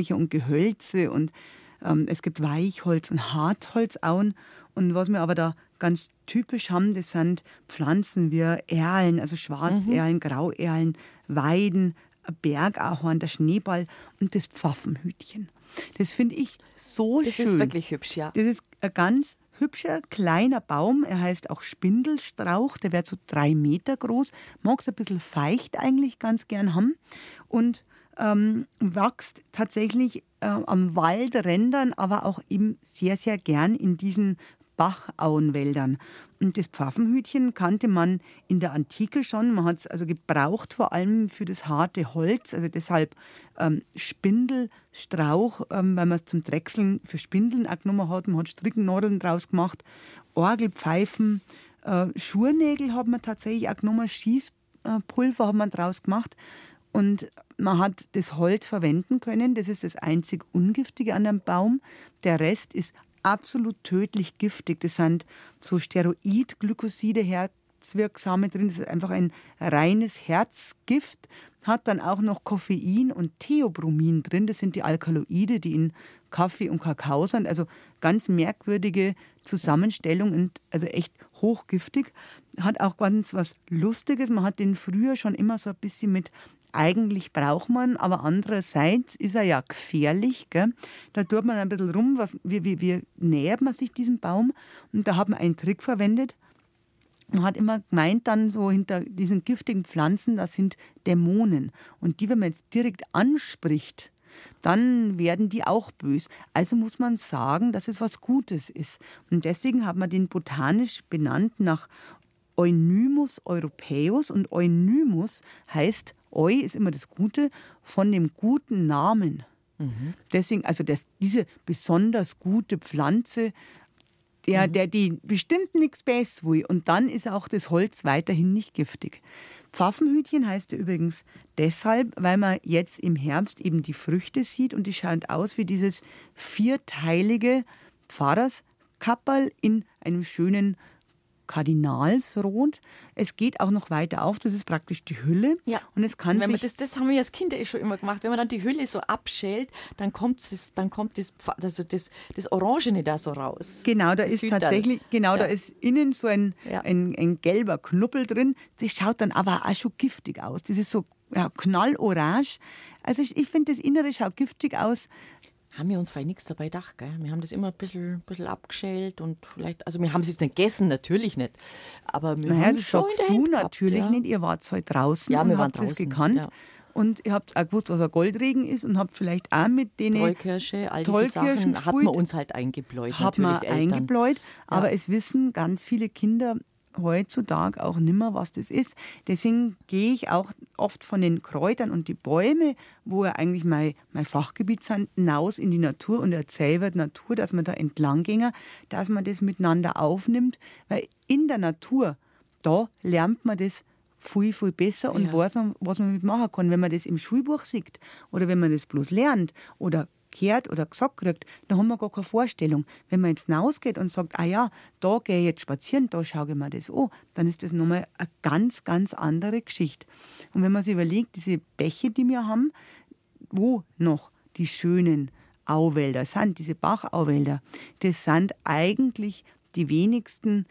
Speaker 3: Gehölze und es gibt Weichholz- und Hartholzauen. Und was wir aber da ganz typisch haben, das sind Pflanzen wie Erlen, also Schwarzerlen, Grauerlen, Weiden, Bergahorn, der Schneeball und das Pfaffenhütchen. Das finde ich so schön.
Speaker 2: Das ist wirklich hübsch, ja.
Speaker 3: Das ist ein ganz hübscher, kleiner Baum. Er heißt auch Spindelstrauch. Der wird so 3 Meter groß. Mag es ein bisschen feucht eigentlich ganz gern haben. Und wächst tatsächlich am Waldrändern, aber auch eben sehr, sehr gern in diesen Bachauenwäldern. Und das Pfaffenhütchen kannte man in der Antike schon. Man hat es also gebraucht, vor allem für das harte Holz. Also deshalb Spindelstrauch, weil man es zum Drechseln für Spindeln auch genommen hat. Man hat Stricknadeln draus gemacht, Orgelpfeifen, Schurnägel hat man tatsächlich auch genommen, Schießpulver hat man draus gemacht. Und man hat das Holz verwenden können. Das ist das einzig Ungiftige an einem Baum. Der Rest ist absolut tödlich giftig. Das sind so Steroidglykoside, Herzwirksame drin. Das ist einfach ein reines Herzgift. Hat dann auch noch Koffein und Theobromin drin. Das sind die Alkaloide, die in Kaffee und Kakao sind. Also ganz merkwürdige Zusammenstellung und also echt hochgiftig. Hat auch ganz was Lustiges. Man hat den früher schon immer so ein bisschen mit eigentlich braucht man, aber andererseits ist er ja gefährlich. Gell? Da tut man ein bisschen rum, wie nähert man sich diesem Baum. Und da hat man einen Trick verwendet. Man hat immer gemeint, dann so hinter diesen giftigen Pflanzen, das sind Dämonen. Und die, wenn man jetzt direkt anspricht, dann werden die auch böse. Also muss man sagen, dass es was Gutes ist. Und deswegen hat man den botanisch benannt nach Eunymus europaeus. Und Eunymus heißt, Eu ist immer das Gute, von dem guten Namen. Deswegen, also diese besonders gute Pflanze, der die bestimmt nichts Besseres will. Und dann ist auch das Holz weiterhin nicht giftig. Pfaffenhütchen heißt ja übrigens deshalb, weil man jetzt im Herbst eben die Früchte sieht und die schauen aus wie dieses 4-teilige Pfarrerskapperl in einem schönen Kardinalsrot. Es geht auch noch weiter auf, das ist praktisch die Hülle. Ja. Und es kann
Speaker 2: wenn man das haben wir als Kinder schon immer gemacht. Wenn man dann die Hülle so abschält, dann kommt das Orangene da so raus.
Speaker 3: Genau, da ist tatsächlich, da ist innen so ein gelber Knubbel drin. Das schaut dann aber auch schon giftig aus. Das ist so knallorange. Also ich finde, das Innere schaut giftig aus.
Speaker 2: Haben wir uns vielleicht nichts dabei gedacht, gell? Wir haben das immer ein bisschen abgeschält und vielleicht, also wir haben es jetzt nicht gegessen, natürlich nicht. Aber wir haben es schon
Speaker 3: sagst du natürlich nicht, ihr wart halt draußen und habt es gekannt. Ja. Und ihr habt auch gewusst, was ein Goldregen ist und habt vielleicht auch mit denen
Speaker 2: Tollkirsche, all diese Sachen hat man uns halt eingebläut. Aber
Speaker 3: es wissen ganz viele Kinder heutzutage auch nimmer, was das ist. Deswegen gehe ich auch oft von den Kräutern und die Bäume, wo ja eigentlich mein Fachgebiet sind, hinaus in die Natur und erzähle Natur, dass man da entlang ginge, dass man das miteinander aufnimmt, weil in der Natur, da lernt man das viel, viel besser und weiß, was man mitmachen kann. Wenn man das im Schulbuch sieht oder wenn man das bloß lernt oder gehört oder gesagt kriegt, dann haben wir gar keine Vorstellung. Wenn man jetzt hinausgeht und sagt, da gehe ich jetzt spazieren, da schaue ich mir das an, dann ist das nochmal eine ganz, ganz andere Geschichte. Und wenn man sich überlegt, diese Bäche, die wir haben, wo noch die schönen Auwälder sind, diese Bachauwälder, das sind eigentlich die wenigsten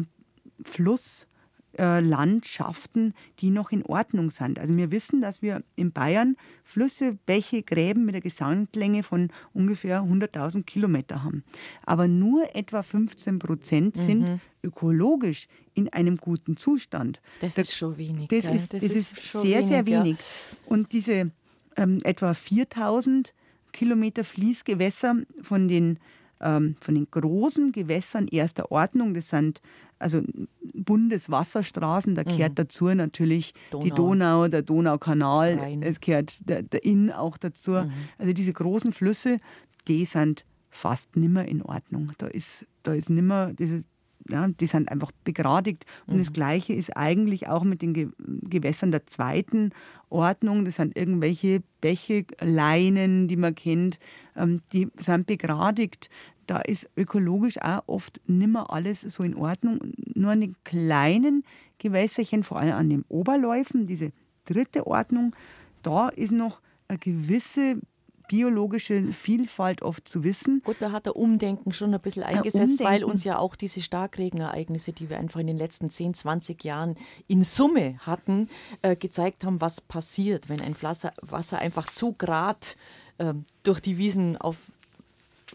Speaker 3: Flusslandschaften, die noch in Ordnung sind. Also wir wissen, dass wir in Bayern Flüsse, Bäche, Gräben mit einer Gesamtlänge von ungefähr 100.000 Kilometer haben. Aber nur etwa 15% sind ökologisch in einem guten Zustand.
Speaker 2: Das ist schon wenig.
Speaker 3: Das ist sehr, sehr wenig. Und diese etwa 4.000 Kilometer Fließgewässer von den großen Gewässern erster Ordnung, das sind also Bundeswasserstraßen, da gehört dazu natürlich die Donau, der Donaukanal, es gehört der Inn auch dazu. Also diese großen Flüsse, die sind fast nimmer in Ordnung. Da ist nimmer die sind einfach begradigt. Und das Gleiche ist eigentlich auch mit den Gewässern der zweiten Ordnung. Das sind irgendwelche Bäche, Leinen, die man kennt, die sind begradigt. Da ist ökologisch auch oft nimmer alles so in Ordnung. Nur an den kleinen Gewässerchen, vor allem an den Oberläufen, diese dritte Ordnung, da ist noch eine gewisse biologische Vielfalt oft zu wissen.
Speaker 2: Gut, da hat der Umdenken schon ein bisschen eingesetzt, weil uns ja auch diese Starkregenereignisse, die wir einfach in den letzten 10, 20 Jahren in Summe hatten, gezeigt haben, was passiert, wenn ein Wasser einfach zu grad durch die Wiesen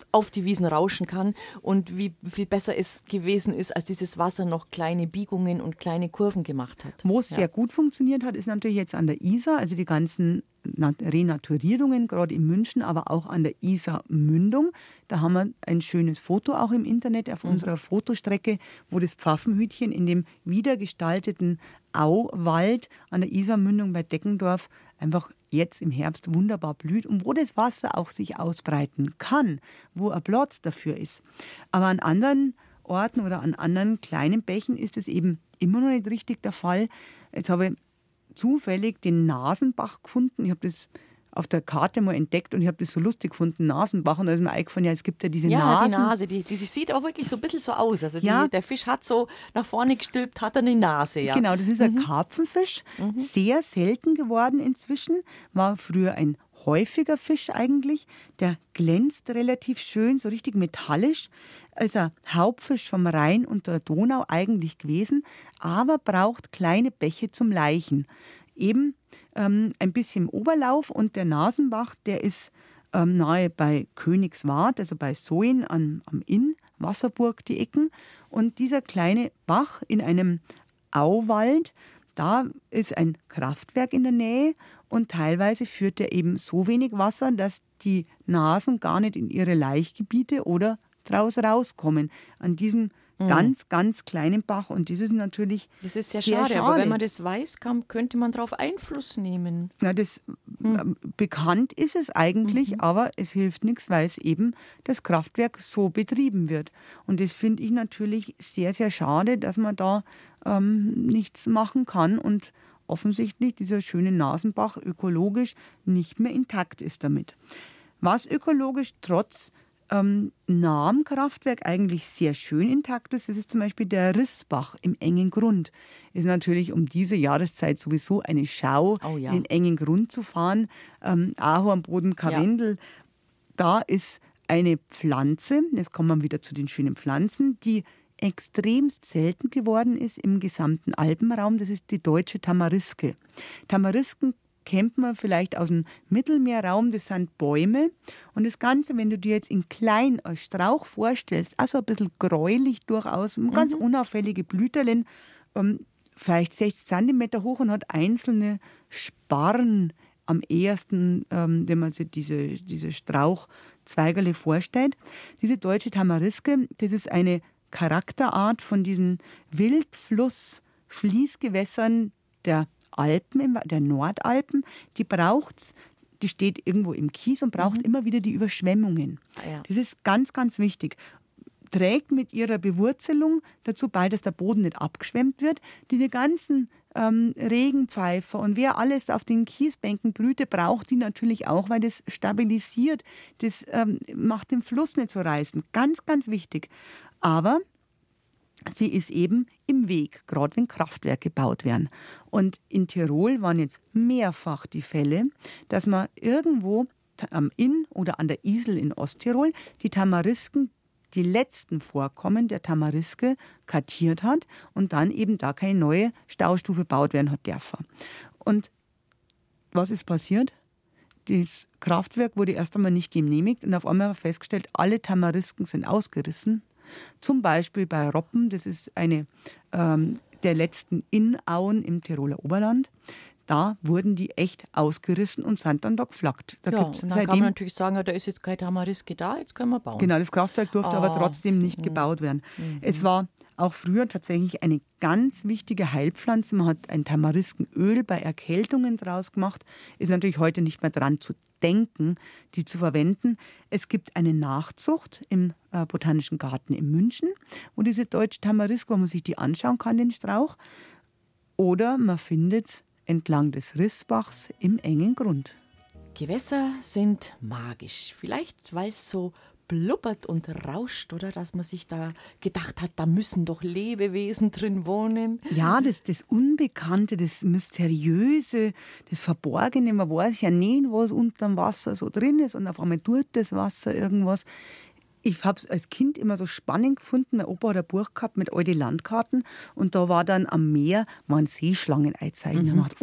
Speaker 2: auf die Wiesen rauschen kann und wie viel besser es gewesen ist, als dieses Wasser noch kleine Biegungen und kleine Kurven gemacht hat.
Speaker 3: Wo es sehr gut funktioniert hat, ist natürlich jetzt an der Isar, also die ganzen Renaturierungen, gerade in München, aber auch an der Isar-Mündung. Da haben wir ein schönes Foto auch im Internet auf unserer Fotostrecke, wo das Pfaffenhütchen in dem wiedergestalteten Auwald an der Isar-Mündung bei Deckendorf einfach jetzt im Herbst wunderbar blüht und wo das Wasser auch sich ausbreiten kann, wo ein Platz dafür ist. Aber an anderen Orten oder an anderen kleinen Bächen ist es eben immer noch nicht richtig der Fall. Jetzt habe ich zufällig den Nasenbach gefunden. Ich habe das auf der Karte mal entdeckt und ich habe das so lustig gefunden, Nasenbach. Und da ist mir eingefallen, ja, es gibt ja diese Nasen.
Speaker 2: Ja, die Nase, die sieht auch wirklich so ein bisschen so aus. Also der Fisch hat so nach vorne gestülpt, hat eine Nase. Ja.
Speaker 3: Genau, das ist ein Karpfenfisch. Sehr selten geworden inzwischen. War früher ein häufiger Fisch eigentlich. Der glänzt relativ schön, so richtig metallisch. Ist ein Hauptfisch vom Rhein und der Donau eigentlich gewesen, aber braucht kleine Bäche zum Laichen. Eben ein bisschen im Oberlauf und der Nasenbach, der ist nahe bei Königswart, also bei Sohn am Inn, Wasserburg, die Ecken. Und dieser kleine Bach in einem Auwald, da ist ein Kraftwerk in der Nähe und teilweise führt er eben so wenig Wasser, dass die Nasen gar nicht in ihre Laichgebiete oder draus rauskommen. An diesem ganz, ganz kleinen Bach. Und das ist natürlich
Speaker 2: das ist sehr schade. Aber wenn man das weiß, könnte man darauf Einfluss nehmen.
Speaker 3: Ja, bekannt ist es eigentlich, aber es hilft nichts, weil es eben das Kraftwerk so betrieben wird. Und das finde ich natürlich sehr, sehr schade, dass man da nichts machen kann und offensichtlich dieser schöne Nasenbach ökologisch nicht mehr intakt ist damit. Was ökologisch trotz nahem Kraftwerk eigentlich sehr schön intakt ist, das ist zum Beispiel der Rissbach im engen Grund. Ist natürlich um diese Jahreszeit sowieso eine Schau, in den engen Grund zu fahren. Ahornboden, Karwendel, da ist eine Pflanze, jetzt kommen wir wieder zu den schönen Pflanzen, die extremst selten geworden ist im gesamten Alpenraum. Das ist die deutsche Tamariske. Tamarisken kennt man vielleicht aus dem Mittelmeerraum, das sind Bäume. Und das Ganze, wenn du dir jetzt in klein als Strauch vorstellst, also ein bisschen gräulich durchaus, ganz unauffällige Blüterlen, vielleicht 60 Zentimeter hoch und hat einzelne Sparren am ehesten, wenn man sich diese Strauchzweigerle vorstellt. Diese deutsche Tamariske, das ist eine Charakterart von diesen Wildfluss-Fließgewässern der Alpen, der Nordalpen, die steht irgendwo im Kies und braucht immer wieder die Überschwemmungen. Das ist ganz, ganz wichtig. Trägt mit ihrer Bewurzelung dazu bei, dass der Boden nicht abgeschwemmt wird. Diese ganzen Regenpfeifer und wer alles auf den Kiesbänken blühte, braucht die natürlich auch, weil das stabilisiert, das macht den Fluss nicht so reißen. Ganz, ganz wichtig. Aber sie ist eben im Weg, gerade wenn Kraftwerke gebaut werden. Und in Tirol waren jetzt mehrfach die Fälle, dass man irgendwo am Inn oder an der Isel in Osttirol die Tamarisken, die letzten Vorkommen der Tamariske kartiert hat und dann eben da keine neue Staustufe gebaut werden hat dürfen. Und was ist passiert? Das Kraftwerk wurde erst einmal nicht genehmigt und auf einmal haben wir festgestellt, alle Tamarisken sind ausgerissen. Zum Beispiel bei Roppen, das ist eine der letzten Innauen im Tiroler Oberland. Da wurden die echt ausgerissen und sind dann da geflaggt.
Speaker 2: Und dann kann man natürlich sagen, da ist jetzt keine Tamariske da, jetzt können wir bauen.
Speaker 3: Genau, das Kraftwerk durfte aber trotzdem nicht gebaut werden. Es war auch früher tatsächlich eine ganz wichtige Heilpflanze. Man hat ein Tamariskenöl bei Erkältungen draus gemacht. Ist natürlich heute nicht mehr dran zu denken, die zu verwenden. Es gibt eine Nachzucht im Botanischen Garten in München, wo diese deutsche Tamariske, wo man sich die anschauen kann, den Strauch. Oder man findet es entlang des Rissbachs im engen Grund.
Speaker 2: Gewässer sind magisch. Vielleicht, weil es so blubbert und rauscht, oder? Dass man sich da gedacht hat, da müssen doch Lebewesen drin wohnen.
Speaker 3: Ja, das Unbekannte, das Mysteriöse, das Verborgene. Man weiß ja nicht, was unter dem Wasser so drin ist und auf einmal tut das Wasser irgendwas. Ich habe es als Kind immer so spannend gefunden. Mein Opa hat ein Buch gehabt mit alten Landkarten und da war dann am Meer Seeschlangen eingezeichnet. Ich habe gedacht,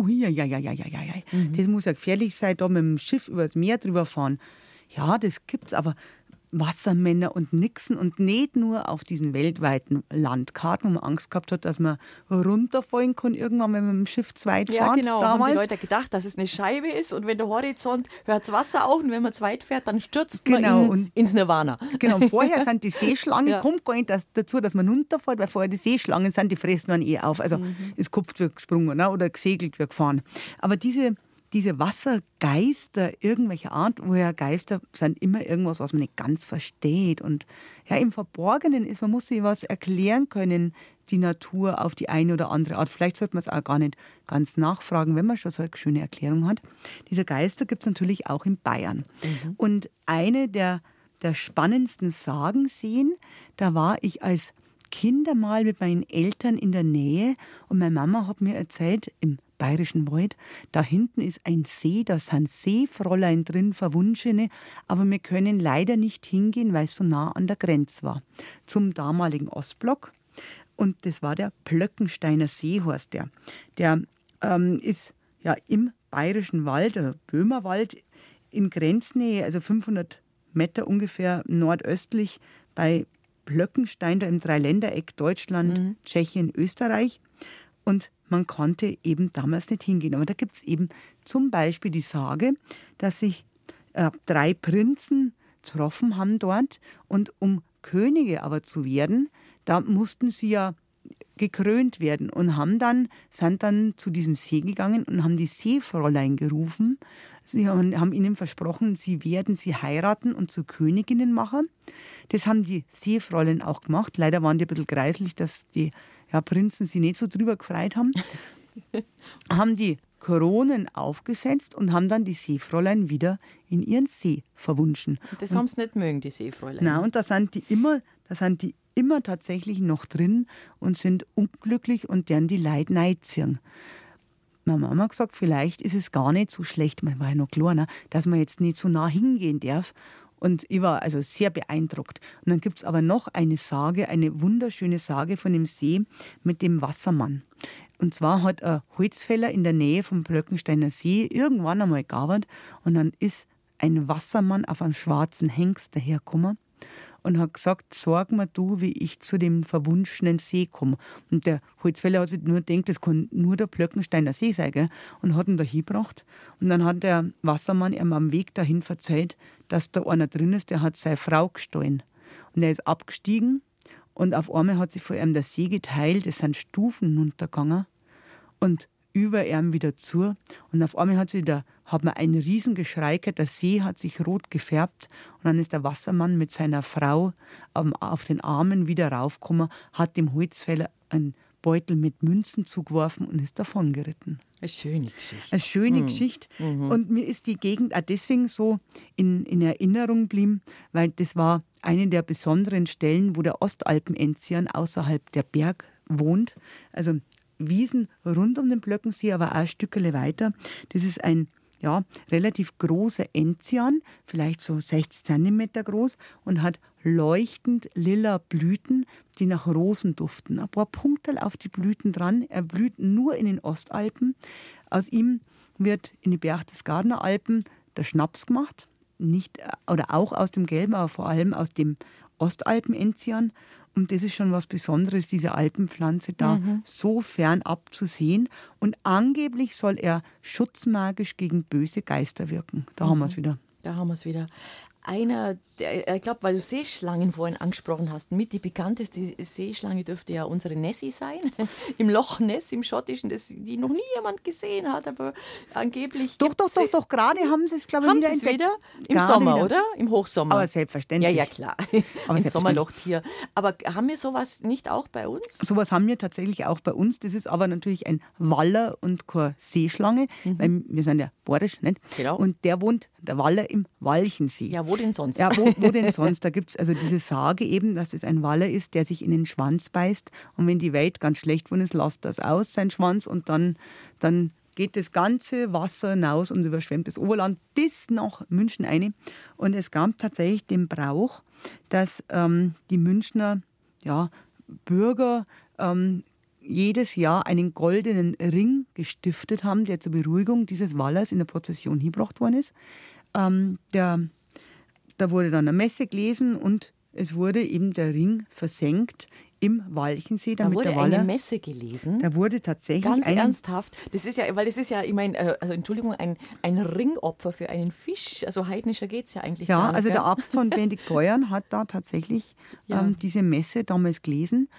Speaker 3: das muss ja gefährlich sein, da mit dem Schiff übers Meer drüber fahren. Ja, das gibt's, aber Wassermänner und Nixen und nicht nur auf diesen weltweiten Landkarten, wo man Angst gehabt hat, dass man runterfallen kann irgendwann, wenn man mit dem Schiff zweit fährt.
Speaker 2: Ja, genau.
Speaker 3: Damals.
Speaker 2: Haben die Leute gedacht, dass es eine Scheibe ist und wenn der Horizont hört das Wasser auf und wenn man zweit fährt, dann stürzt man ins Nirvana.
Speaker 3: Genau, vorher sind die Seeschlangen,
Speaker 2: Ja.
Speaker 3: kommt gar nicht dazu, dass man runterfällt, weil vorher die Seeschlangen sind, die fressen dann auf. Also das Kopf wird gesprungen, ne, oder gesegelt wird gefahren. Aber diese Wassergeister irgendwelcher Art, woher Geister sind immer irgendwas, was man nicht ganz versteht und ja im Verborgenen ist, man muss sich was erklären können, die Natur auf die eine oder andere Art. Vielleicht sollte man es auch gar nicht ganz nachfragen, wenn man schon so eine schöne Erklärung hat. Diese Geister gibt es natürlich auch in Bayern. Und eine der spannendsten Sagen sehen, da war ich als Kind einmal mit meinen Eltern in der Nähe und meine Mama hat mir erzählt, im Bayerischen Wald, da hinten ist ein See, da sind Seefräulein drin, Verwunschene, aber wir können leider nicht hingehen, weil es so nah an der Grenze war, zum damaligen Ostblock. Und das war der Plöckensteiner See, heißt der. Der ist ja im Bayerischen Wald, Böhmerwald, in Grenznähe, also 500 Meter ungefähr nordöstlich bei Plöckenstein, da im Dreiländereck Deutschland, Tschechien, Österreich. Und man konnte eben damals nicht hingehen. Aber da gibt es eben zum Beispiel die Sage, dass sich 3 Prinzen getroffen haben dort. Und um Könige aber zu werden, da mussten sie ja gekrönt werden und sind dann zu diesem See gegangen und haben die Seefräulein gerufen. Sie haben ihnen versprochen, sie werden sie heiraten und zu Königinnen machen. Das haben die Seefräulein auch gemacht. Leider waren die ein bisschen greiselig, dass die Prinzen sie nicht so drüber gefreut haben. Haben die Kronen aufgesetzt und haben dann die Seefräulein wieder in ihren See verwunschen.
Speaker 2: Das haben sie nicht mögen, die Seefräulein.
Speaker 3: Nein, und da sind die immer tatsächlich noch drin und sind unglücklich und deren die Leute neidziehen. Meine Mama hat gesagt, vielleicht ist es gar nicht so schlecht, man war ja noch kleiner, dass man jetzt nicht so nah hingehen darf. Und ich war also sehr beeindruckt. Und dann gibt es aber noch eine Sage, eine wunderschöne Sage von dem See mit dem Wassermann. Und zwar hat ein Holzfäller in der Nähe vom Plöckensteiner See irgendwann einmal gearbeitet und dann ist ein Wassermann auf einem schwarzen Hengst dahergekommen und hat gesagt, sag mir du, wie ich zu dem verwunschenen See komme. Und der Holzfäller hat sich nur gedacht, das kann nur der Plöckensteiner See sein, gell? Und hat ihn da hingebracht. Und dann hat der Wassermann ihm am Weg dahin verzeiht, dass da einer drin ist, der hat seine Frau gestohlen. Und er ist abgestiegen und auf einmal hat sich vor ihm der See geteilt, es sind Stufen runtergegangen und über ihm wieder zu. Und auf einmal hat man ein Riesengeschrei gehört, der See hat sich rot gefärbt und dann ist der Wassermann mit seiner Frau auf den Armen wieder raufgekommen, hat dem Holzfäller einen Beutel mit Münzen zugeworfen und ist davon geritten.
Speaker 2: Eine schöne Geschichte.
Speaker 3: Eine schöne Geschichte. Und mir ist die Gegend auch deswegen so in Erinnerung geblieben, weil das war eine der besonderen Stellen, wo der Ostalpen-Enzian außerhalb der Berg wohnt. Also Wiesen rund um den Plöckensee, aber auch ein Stückchen weiter. Das ist ein relativ großer Enzian, vielleicht so 60 Zentimeter groß und hat leuchtend lila Blüten, die nach Rosen duften. Ein paar Punkte auf die Blüten dran. Er blüht nur in den Ostalpen. Aus ihm wird in die Berchtesgadener Alpen der Schnaps gemacht. Oder auch aus dem Gelben, aber vor allem aus dem Ostalpen-Enzian. Und das ist schon was Besonderes, diese Alpenpflanze da so fernab zu sehen. Und angeblich soll er schutzmagisch gegen böse Geister wirken. Da haben wir es wieder.
Speaker 2: Da haben wir es wieder. Ich glaube, weil du Seeschlangen vorhin angesprochen hast, mit die bekannteste Seeschlange dürfte ja unsere Nessie sein, im Loch Ness, im Schottischen, die noch nie jemand gesehen hat, aber angeblich
Speaker 3: Doch, gerade haben sie es, glaube ich,
Speaker 2: haben
Speaker 3: wieder
Speaker 2: sie es
Speaker 3: entdeckt.
Speaker 2: wieder? Im Sommer, oder? Im Hochsommer.
Speaker 3: Aber selbstverständlich.
Speaker 2: Ja, klar. Ein Sommerlochtier. Aber haben wir sowas nicht auch bei uns?
Speaker 3: Sowas haben wir tatsächlich auch bei uns. Das ist aber natürlich ein Waller und keine Seeschlange, weil wir sind ja bayerisch, nicht?
Speaker 2: Genau.
Speaker 3: Und der Waller im Walchensee.
Speaker 2: Ja, wo denn sonst?
Speaker 3: Ja, wo denn sonst? Da gibt es also diese Sage eben, dass es ein Waller ist, der sich in den Schwanz beißt. Und wenn die Welt ganz schlecht ist, lässt das aus, sein Schwanz. Und dann geht das ganze Wasser hinaus und überschwemmt das Oberland bis nach München rein. Und es gab tatsächlich den Brauch, dass die Münchner Bürger jedes Jahr einen goldenen Ring gestiftet haben, der zur Beruhigung dieses Wallers in der Prozession hingebracht worden ist. da wurde dann eine Messe gelesen und es wurde eben der Ring versenkt im Walchensee.
Speaker 2: Da wurde eine Messe gelesen.
Speaker 3: Da wurde tatsächlich
Speaker 2: ganz ernsthaft. Das ist ja, weil das ist ja, ich meine, also Entschuldigung, ein Ringopfer für einen Fisch. Also heidnischer geht es ja eigentlich gar nicht.
Speaker 3: Ja, also der Abt von Benediktbeuern hat da tatsächlich diese Messe damals gelesen.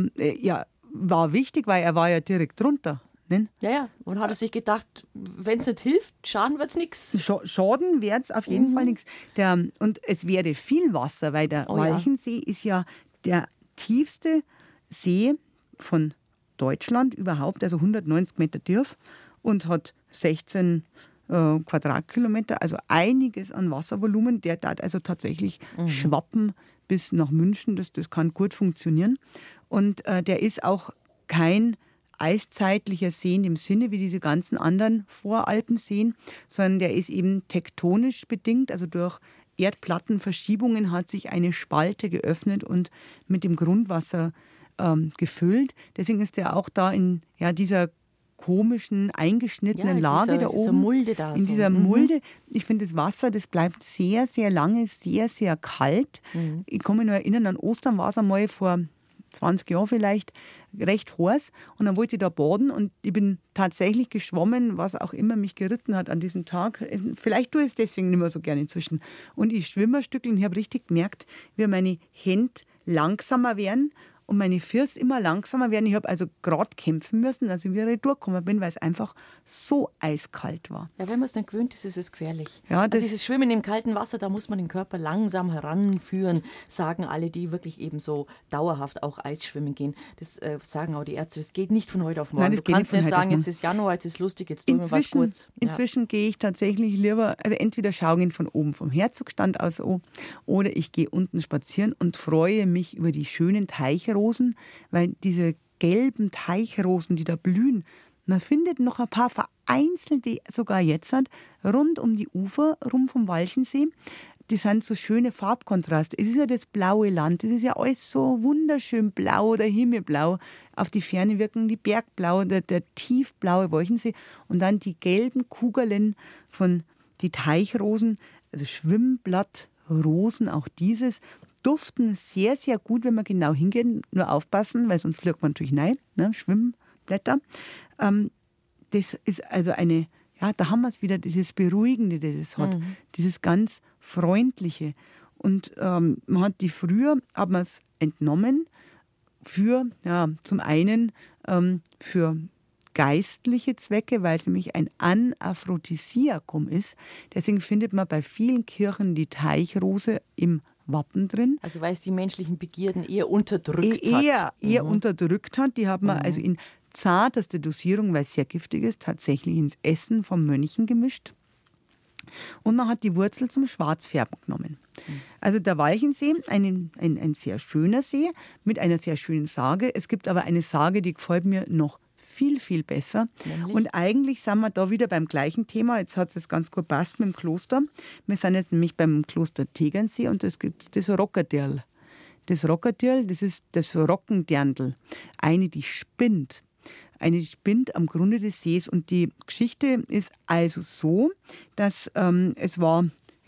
Speaker 3: War wichtig, weil er war ja direkt drunter. Ne?
Speaker 2: Ja, und hat er sich gedacht, wenn es nicht hilft, schaden wird es nichts.
Speaker 3: Schaden wird es auf jeden Fall nichts. Und es wäre viel Wasser, weil der Walchensee ist ja der tiefste See von Deutschland überhaupt, also 190 Meter tief und hat 16 Quadratkilometer, also einiges an Wasservolumen. Der darf also tatsächlich schwappen bis nach München, das kann gut funktionieren. Und der ist auch kein eiszeitlicher See in dem Sinne wie diese ganzen anderen Voralpenseen, sondern der ist eben tektonisch bedingt, also durch Erdplattenverschiebungen hat sich eine Spalte geöffnet und mit dem Grundwasser gefüllt. Deswegen ist er auch da in dieser komischen, eingeschnittenen Lage da oben.
Speaker 2: Dieser Mulde da.
Speaker 3: In dieser Mulde. Ich finde, das Wasser, das bleibt sehr, sehr lange, sehr, sehr kalt. Ich kann mich noch erinnern, an Ostern war es einmal vor 20 Jahren vielleicht, recht heiß. Und dann wollte ich da baden und ich bin tatsächlich geschwommen, was auch immer mich geritten hat an diesem Tag. Vielleicht tue ich es deswegen nicht mehr so gerne inzwischen. Und ich schwimme ein Stückchen und ich habe richtig gemerkt, wie meine Hände langsamer werden und meine Füße immer langsamer werden. Ich habe also gerade kämpfen müssen, als ich wieder durchgekommen bin, weil es einfach so eiskalt war.
Speaker 2: Ja, wenn man es dann gewöhnt ist, ist es gefährlich.
Speaker 3: Ja,
Speaker 2: also dieses Schwimmen im kalten Wasser, da muss man den Körper langsam heranführen, sagen alle, die wirklich eben so dauerhaft auch Eisschwimmen gehen. Das sagen auch die Ärzte, das geht nicht von heute auf morgen.
Speaker 3: Nein,
Speaker 2: du kannst nicht sagen, jetzt ist Januar, jetzt ist lustig, jetzt tun wir was kurz.
Speaker 3: Inzwischen gehe ich tatsächlich lieber, also entweder schaue ich von oben vom Herzogstand aus oder ich gehe unten spazieren und freue mich über die schönen Teichrosen, weil diese gelben Teichrosen, die da blühen, man findet noch ein paar vereinzelte, sogar jetzt, rund um die Ufer, rum vom Walchensee. Die sind so schöne Farbkontraste. Es ist ja das blaue Land, es ist ja alles so wunderschön blau, der Himmelblau. Auf die Ferne wirken die Bergblau, der tiefblaue Walchensee. Und dann die gelben Kugeln von die Teichrosen, also Schwimmblattrosen, auch dieses, duften sehr, sehr gut, wenn man genau hingeht. Nur aufpassen, weil sonst fliegt man natürlich rein, ne? Schwimmblätter. Das ist also da haben wir es wieder, dieses Beruhigende, das es hat, dieses ganz Freundliche. Und man hat hat man es entnommen zum einen für geistliche Zwecke, weil es nämlich ein Anaphrodisiakum ist. Deswegen findet man bei vielen Kirchen die Teichrose im Wappen drin.
Speaker 2: Also weil es die menschlichen Begierden eher unterdrückt hat.
Speaker 3: Eher unterdrückt hat. Die hat man also in zarteste Dosierung, weil es sehr giftig ist, tatsächlich ins Essen von Mönchen gemischt. Und man hat die Wurzel zum Schwarzfärben genommen. Also der Walchensee, ein sehr schöner See mit einer sehr schönen Sage. Es gibt aber eine Sage, die gefällt mir noch viel, viel besser.
Speaker 2: Nämlich?
Speaker 3: Und eigentlich sind wir da wieder beim gleichen Thema. Jetzt hat es ganz gut passt mit dem Kloster. Wir sind jetzt nämlich beim Kloster Tegernsee und es gibt das Rockerdirl. Das Rockerdirl, das ist das Rockendirndl. Eine, die spinnt. Eine spinnt am Grunde des Sees. Und die Geschichte ist also so, dass es war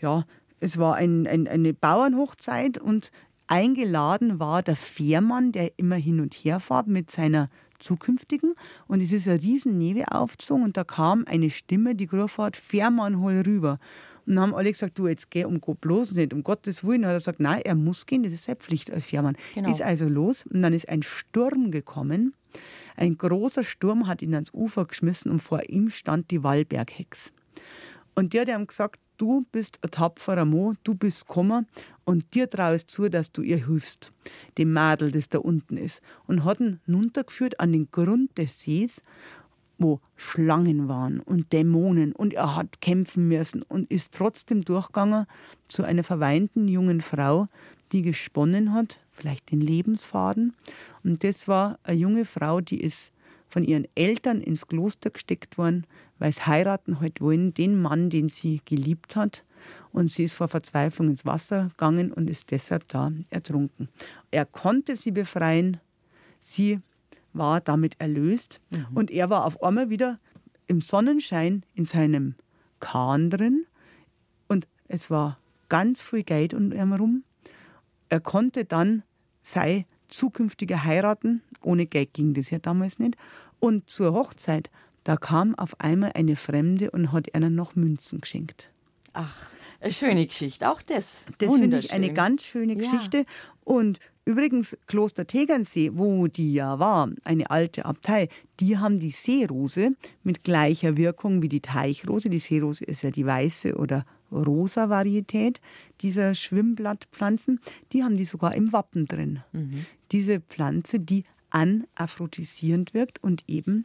Speaker 3: eine Bauernhochzeit und eingeladen war der Fährmann, der immer hin und her fährt mit seiner zukünftigen. Und es ist eine riesen Nebel aufgezogen und da kam eine Stimme, die gerufen hat, Fährmann, hol rüber. Und dann haben alle gesagt, du, jetzt geh bloß nicht, um Gottes Willen. Und er hat gesagt, nein, er muss gehen, das ist seine Pflicht als Fährmann.
Speaker 2: Genau.
Speaker 3: Ist also los und dann ist ein Sturm gekommen. Ein großer Sturm hat ihn ans Ufer geschmissen und vor ihm stand die Wallberghex. Und die haben gesagt, du bist ein tapferer Mo, du bist gekommen und dir traue es zu, dass du ihr hilfst, dem Mädel, das da unten ist. Und hat ihn runtergeführt an den Grund des Sees, wo Schlangen waren und Dämonen. Und er hat kämpfen müssen und ist trotzdem durchgegangen zu einer verweinten jungen Frau, die gesponnen hat, vielleicht den Lebensfaden. Und das war eine junge Frau, die ist von ihren Eltern ins Kloster gesteckt worden, weil sie heiraten halt wollen, den Mann, den sie geliebt hat. Und sie ist vor Verzweiflung ins Wasser gegangen und ist deshalb da ertrunken. Er konnte sie befreien, sie war damit erlöst. Und er war auf einmal wieder im Sonnenschein in seinem Kahn drin. Und es war ganz viel Geld um ihn herum. Er konnte dann seine zukünftige heiraten. Ohne Geld ging das ja damals nicht. Und zur Hochzeit, da kam auf einmal eine Fremde und hat ihnen noch Münzen geschenkt.
Speaker 2: Ach, eine schöne Geschichte, auch das.
Speaker 3: Das finde ich eine ganz schöne Geschichte. Und übrigens, Kloster Tegernsee, wo die ja war, eine alte Abtei, die haben die Seerose mit gleicher Wirkung wie die Teichrose. Die Seerose ist ja die weiße oder rosa Varietät dieser Schwimmblattpflanzen. Die haben die sogar im Wappen drin. Diese Pflanze, die anaphrodisierend wirkt und eben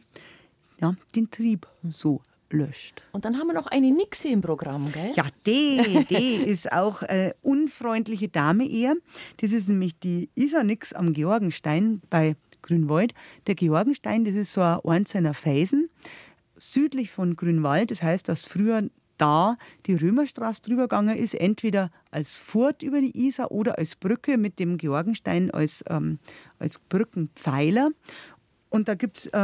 Speaker 3: den Trieb so löscht.
Speaker 2: Und dann haben wir noch eine Nixe im Programm, gell?
Speaker 3: Ja, die ist auch eine unfreundliche Dame eher. Das ist nämlich die Isar-Nix am Georgenstein bei Grünwald. Der Georgenstein, das ist so ein einzelner Felsen südlich von Grünwald. Das heißt, dass früher da die Römerstraße drüber gegangen ist, entweder als Furt über die Isar oder als Brücke mit dem Georgenstein als Brückenpfeiler. Und da gibt es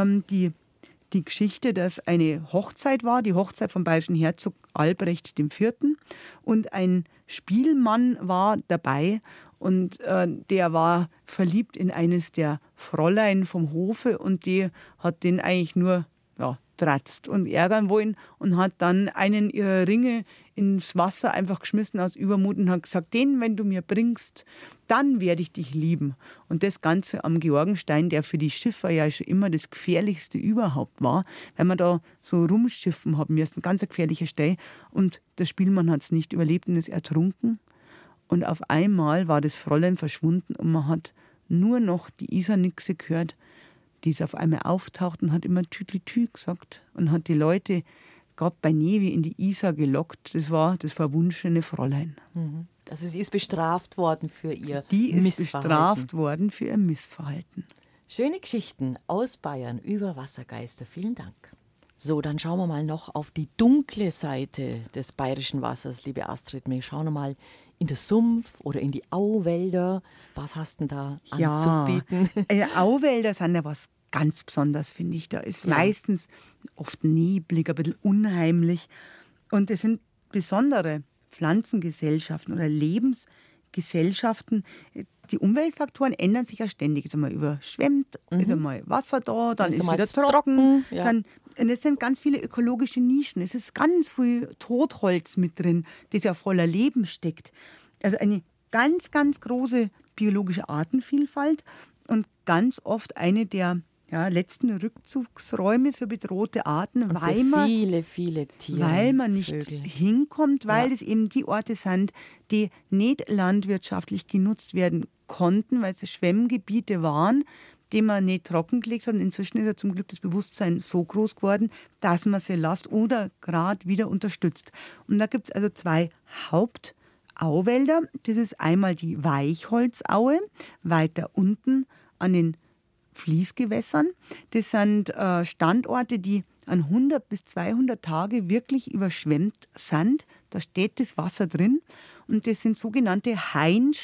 Speaker 3: die Geschichte, dass eine Hochzeit war, die Hochzeit vom bayerischen Herzog Albrecht IV. Und ein Spielmann war dabei und der war verliebt in eines der Fräulein vom Hofe und die hat den eigentlich nur tratzt und ärgern wollen und hat dann einen ihrer Ringe ins Wasser einfach geschmissen aus Übermut und hat gesagt, den, wenn du mir bringst, dann werde ich dich lieben. Und das Ganze am Georgenstein, der für die Schiffer ja schon immer das Gefährlichste überhaupt war, weil man da so rumschiffen haben müssen, ganz eine gefährliche Stelle. Und der Spielmann hat es nicht überlebt und ist ertrunken. Und auf einmal war das Fräulein verschwunden und man hat nur noch die Isar-Nixe gehört, die ist auf einmal auftaucht und hat immer Tütlitü gesagt und hat die Leute gerade bei Nevi in die Isar gelockt. Das war das verwunschene Fräulein.
Speaker 2: Also sie ist bestraft worden für ihr
Speaker 3: Die ist
Speaker 2: Missverhalten.
Speaker 3: bestraft worden für ihr Missverhalten.
Speaker 2: Schöne Geschichten aus Bayern über Wassergeister. Vielen Dank. So, dann schauen wir mal noch auf die dunkle Seite des bayerischen Wassers, liebe Astrid. Wir schauen mal in den Sumpf oder in die Auwälder. Was hast du denn da anzubieten?
Speaker 3: Auwälder sind ja was ganz Besonderes, finde ich. Da ist meistens oft neblig, ein bisschen unheimlich. Und es sind besondere Pflanzengesellschaften oder Lebensgesellschaften. Die Umweltfaktoren ändern sich ja ständig. Jetzt einmal überschwemmt, ist einmal Wasser da, dann ist wieder trocken. Und es sind ganz viele ökologische Nischen. Es ist ganz viel Totholz mit drin, das ja voller Leben steckt. Also eine ganz, ganz große biologische Artenvielfalt und ganz oft eine der letzten Rückzugsräume für bedrohte Arten,
Speaker 2: und für viele Tiere.
Speaker 3: Weil man nicht
Speaker 2: Vögel
Speaker 3: hinkommt, weil es eben die Orte sind, die nicht landwirtschaftlich genutzt werden konnten, weil es Schwemmgebiete waren, die man nicht trockengelegt hat. Und inzwischen ist ja zum Glück das Bewusstsein so groß geworden, dass man sie lässt oder gerade wieder unterstützt. Und da gibt es also 2 Hauptauwälder. Das ist einmal die Weichholzaue, weiter unten an den Fließgewässern. Das sind Standorte, die an 100 bis 200 Tage wirklich überschwemmt sind. Da steht das Wasser drin. Und das sind sogenannte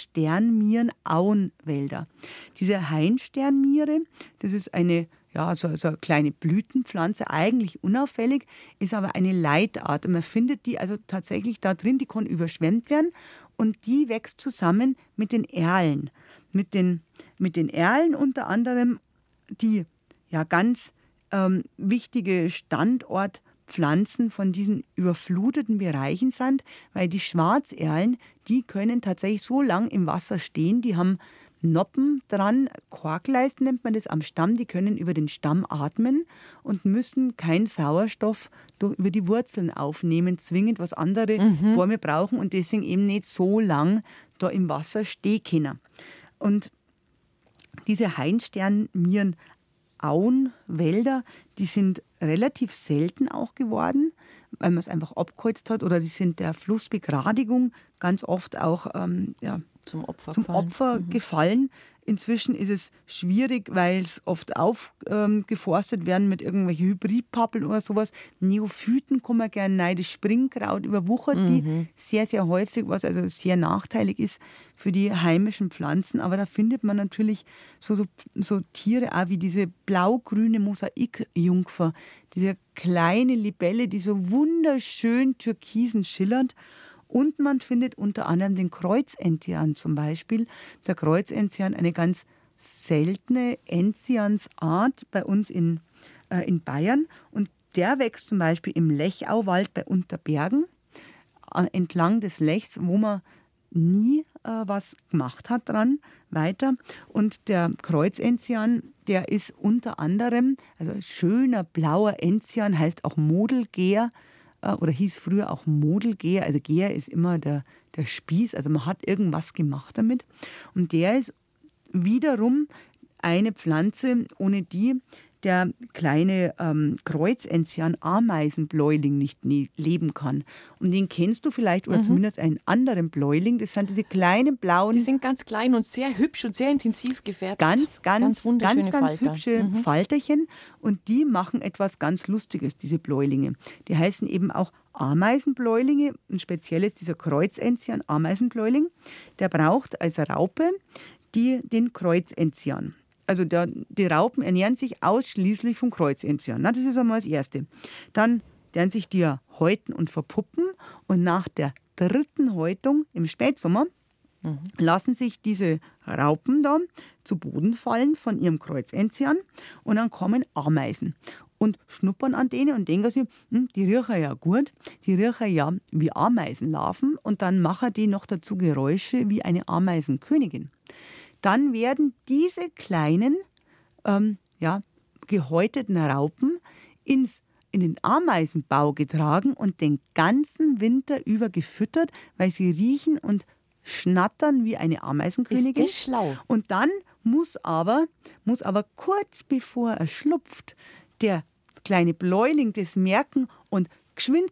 Speaker 3: Hainsternmieren-Auenwälder. Diese Hainsternmiere, das ist eine so eine kleine Blütenpflanze, eigentlich unauffällig, ist aber eine Leitart. Und man findet die also tatsächlich da drin, die kann überschwemmt werden. Und die wächst zusammen mit den Erlen. Mit den Erlen unter anderem, die ganz wichtige Standortpflanzen von diesen überfluteten Bereichen sind, weil die Schwarzerlen, die können tatsächlich so lang im Wasser stehen, die haben Noppen dran, Korkleisten nennt man das am Stamm, die können über den Stamm atmen und müssen keinen Sauerstoff über die Wurzeln aufnehmen, zwingend, was andere Bäume brauchen und deswegen eben nicht so lang da im Wasser stehen können. Und diese Hainsternmieren-Auenwälder, die sind relativ selten auch geworden, weil man es einfach abgeholzt hat oder die sind der Flussbegradigung ganz oft auch
Speaker 2: zum Opfer
Speaker 3: gefallen. Inzwischen ist es schwierig, weil es oft aufgeforstet werden mit irgendwelchen Hybridpappeln oder sowas. Neophyten kann man gerne rein. Das Springkraut überwuchert die sehr, sehr häufig, was also sehr nachteilig ist für die heimischen Pflanzen. Aber da findet man natürlich so Tiere auch wie diese blau-grüne Mosaikjungfer, diese kleine Libelle, die so wunderschön türkisen schillert. Und man findet unter anderem den Kreuzenzian zum Beispiel. Der Kreuzenzian, eine ganz seltene Enziansart bei uns in Bayern. Und der wächst zum Beispiel im Lechauwald bei Unterbergen, entlang des Lechs, wo man nie was gemacht hat dran weiter. Und der Kreuzenzian, der ist unter anderem, also schöner blauer Enzian, heißt auch Modelgeher oder hieß früher auch Modelgeher. Also Geher ist immer der Spieß, also man hat irgendwas gemacht damit. Und der ist wiederum eine Pflanze, ohne die der kleine Kreuzenzian Ameisenbläuling nicht leben kann. Und den kennst du vielleicht, oder zumindest einen anderen Bläuling. Das sind diese kleinen blauen...
Speaker 2: Die sind ganz klein und sehr hübsch und sehr intensiv gefärbt.
Speaker 3: Ganz
Speaker 2: wunderschöne
Speaker 3: ganz
Speaker 2: Falter.
Speaker 3: hübsche Falterchen. Und die machen etwas ganz Lustiges, diese Bläulinge. Die heißen eben auch Ameisenbläulinge. Und speziell ist dieser Kreuzenzian Ameisenbläuling. Der braucht als Raupe den Kreuzenzian. Also die Raupen ernähren sich ausschließlich vom Kreuzenzian. Das ist einmal das Erste. Dann werden sich die häuten und verpuppen. Und nach der 3. Häutung im Spätsommer lassen sich diese Raupen da zu Boden fallen von ihrem Kreuzenzian. Und dann kommen Ameisen und schnuppern an denen und denken sich, die riechen ja gut, die riechen ja wie Ameisenlarven. Und dann machen die noch dazu Geräusche wie eine Ameisenkönigin. Dann werden diese kleinen, gehäuteten Raupen in den Ameisenbau getragen und den ganzen Winter über gefüttert, weil sie riechen und schnattern wie eine Ameisenkönigin.
Speaker 2: Ist das schlau? Und
Speaker 3: dann muss aber kurz bevor er schlupft, der kleine Bläuling das merken und geschwind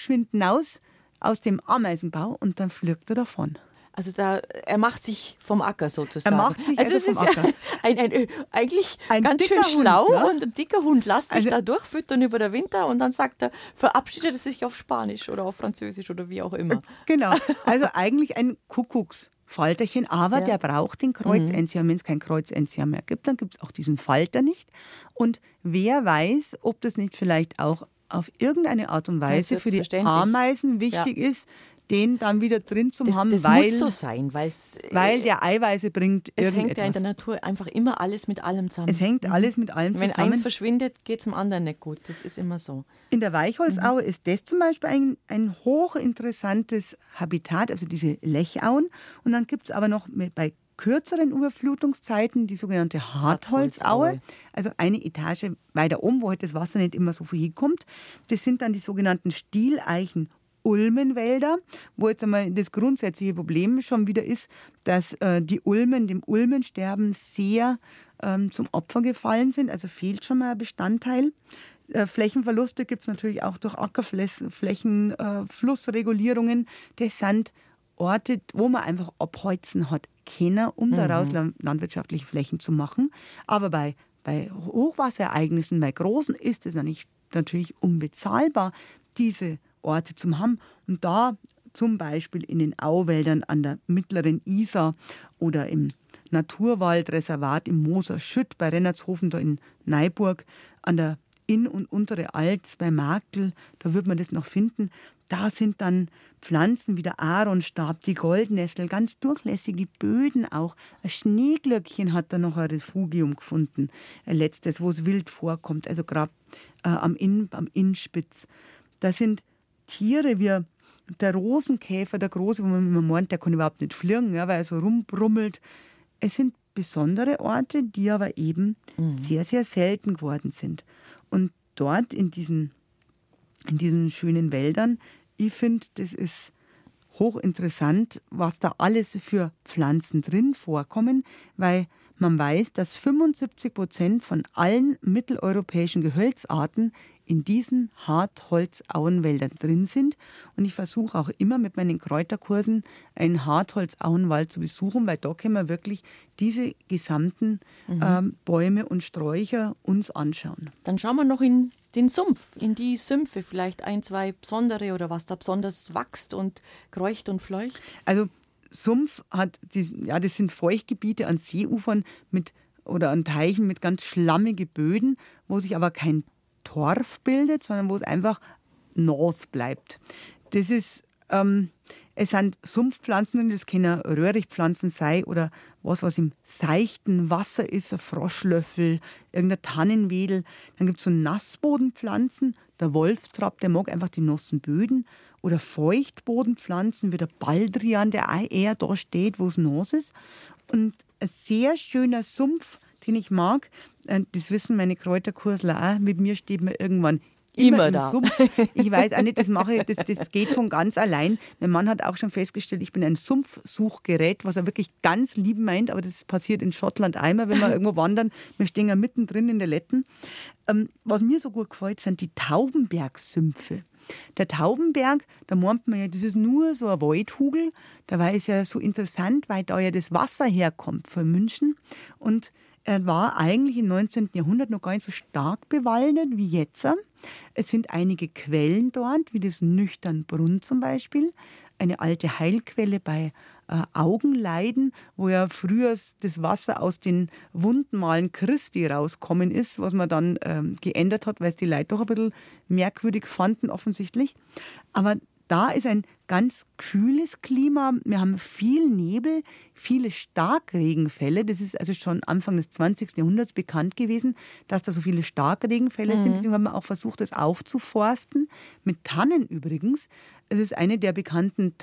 Speaker 3: aus dem Ameisenbau und dann fliegt er davon.
Speaker 2: Also er macht sich vom Acker sozusagen.
Speaker 3: Er macht sich
Speaker 2: also es
Speaker 3: vom
Speaker 2: ist
Speaker 3: Acker.
Speaker 2: Ja eigentlich
Speaker 3: Ein
Speaker 2: ganz schön
Speaker 3: dicker
Speaker 2: schlau
Speaker 3: Hund, ne?
Speaker 2: Und ein dicker Hund lässt sich
Speaker 3: Also-
Speaker 2: da durchfüttern über den Winter und dann sagt er, verabschiedet er sich auf Spanisch oder auf Französisch oder wie auch immer.
Speaker 3: Genau, also eigentlich ein Kuckucksfalterchen, aber
Speaker 2: Ja.
Speaker 3: der braucht den Kreuzenzian. Wenn es kein Kreuzenzian mehr gibt, dann gibt es auch diesen Falter nicht. Und wer weiß, ob das nicht vielleicht auch auf irgendeine Art und Weise für die
Speaker 2: selbstverständlich.
Speaker 3: Ameisen wichtig ist, den dann wieder drin zu haben,
Speaker 2: Das
Speaker 3: weil
Speaker 2: muss so sein, weil
Speaker 3: der Eiweiße bringt
Speaker 2: es
Speaker 3: irgendetwas.
Speaker 2: hängt ja in der Natur einfach immer alles mit allem zusammen.
Speaker 3: Es hängt alles mit allem
Speaker 2: Wenn
Speaker 3: zusammen.
Speaker 2: eins verschwindet, geht es dem anderen nicht gut. Das ist immer so.
Speaker 3: In der Weichholzaue ist das zum Beispiel ein hochinteressantes Habitat, also diese Lechauen. Und dann gibt es aber noch bei kürzeren Überflutungszeiten die sogenannte Hartholzaue. Also eine Etage weiter oben, wo halt das Wasser nicht immer so viel hinkommt. Das sind dann die sogenannten Stieleichen-Ulmenwälder, wo jetzt einmal das grundsätzliche Problem schon wieder ist, dass die Ulmen dem Ulmensterben sehr zum Opfer gefallen sind. Also fehlt schon mal ein Bestandteil. Flächenverluste gibt es natürlich auch durch Ackerflächen, Flussregulierungen. Das sind Orte, wo man einfach abholzen hat können, um daraus landwirtschaftliche Flächen zu machen. Aber bei Hochwasserereignissen, bei großen, ist es natürlich unbezahlbar, diese Orte zu haben. Und da zum Beispiel in den Auwäldern an der mittleren Isar oder im Naturwaldreservat im Moser Schütt bei Rennertshofen da in Neiburg, an der Inn- und Untere Alz bei Marktl, da wird man das noch finden. Da sind dann Pflanzen wie der Aaronstab, die Goldnessel, ganz durchlässige Böden auch. Ein Schneeglöckchen hat da noch ein Refugium gefunden, ein letztes, wo es wild vorkommt, also gerade am Innspitz. Da sind Tiere wie der Rosenkäfer, der große, wo man meint, der kann überhaupt nicht fliegen, ja, weil er so rumbrummelt. Es sind besondere Orte, die aber eben sehr, sehr selten geworden sind. Und dort in diesen schönen Wäldern, ich finde, das ist hochinteressant, was da alles für Pflanzen drin vorkommen, weil man weiß, dass 75% von allen mitteleuropäischen Gehölzarten in diesen Hartholzauenwäldern drin sind. Und ich versuche auch immer mit meinen Kräuterkursen einen Hartholzauenwald zu besuchen, weil da können wir wirklich diese gesamten Bäume und Sträucher uns anschauen.
Speaker 2: Dann schauen wir noch in den Sumpf, in die Sümpfe, vielleicht ein, zwei besondere oder was da besonders wächst und kreucht und fleucht.
Speaker 3: Also Sumpf das sind Feuchtgebiete an Seeufern oder an Teichen mit ganz schlammigen Böden, wo sich aber kein Torf bildet, sondern wo es einfach nass bleibt. Das ist Es sind Sumpfpflanzen, das können Röhrichtpflanzen sein oder was im seichten Wasser ist, ein Froschlöffel, irgendein Tannenwedel. Dann gibt es so Nassbodenpflanzen, der Wolfstrapp, der mag einfach die nassen Böden. Oder Feuchtbodenpflanzen wie der Baldrian, der auch eher da steht, wo es nass ist. Und ein sehr schöner Sumpf, den ich mag, das wissen meine Kräuterkursler auch, mit mir steht man irgendwann immer im
Speaker 2: da.
Speaker 3: Sumpf. Ich weiß auch nicht, das geht von ganz allein. Mein Mann hat auch schon festgestellt, ich bin ein Sumpfsuchgerät, was er wirklich ganz lieb meint, aber das passiert in Schottland einmal, wenn wir irgendwo wandern. Wir stehen ja mittendrin in der Letten. Was mir so gut gefällt, sind die Taubenbergsümpfe. Der Taubenberg, da meint man ja, das ist nur so ein Waldhügel. Dabei ist ja so interessant, weil da ja das Wasser herkommt von München. Und er war eigentlich im 19. Jahrhundert noch gar nicht so stark bewaldet wie jetzt. Es sind einige Quellen dort, wie das Nüchternbrunn zum Beispiel. Eine alte Heilquelle bei Augenleiden, wo ja früher das Wasser aus den Wundmalen Christi rauskommen ist, was man dann geändert hat, weil es die Leute doch ein bisschen merkwürdig fanden offensichtlich. Aber da ist ein ganz kühles Klima. Wir haben viel Nebel, viele Starkregenfälle. Das ist also schon Anfang des 20. Jahrhunderts bekannt gewesen, dass da so viele Starkregenfälle sind. Deswegen haben wir auch versucht, das aufzuforsten. Mit Tannen übrigens. Es ist eine der bekannten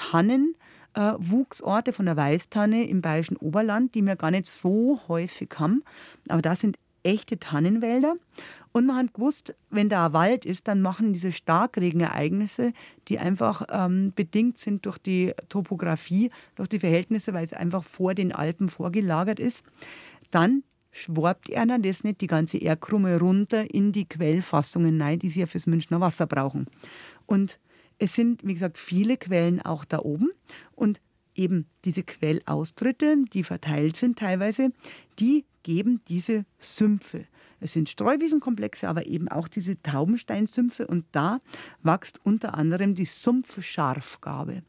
Speaker 3: Tannenwuchsorte von der Weißtanne im Bayerischen Oberland, die wir gar nicht so häufig haben. Aber das sind echte Tannenwälder. Und man hat gewusst, wenn da ein Wald ist, dann machen diese Starkregenereignisse, die einfach bedingt sind durch die Topografie, durch die Verhältnisse, weil es einfach vor den Alpen vorgelagert ist, dann schwabt einer das nicht die ganze Erdkrumme runter in die Quellfassungen rein, die sie ja fürs Münchner Wasser brauchen. Und es sind, wie gesagt, viele Quellen auch da oben. Und eben diese Quellaustritte, die verteilt sind teilweise, die geben diese Sümpfe. Es sind Streuwiesenkomplexe, aber eben auch diese Taubensteinsümpfe. Und da wächst unter anderem die Sumpfschafgabe.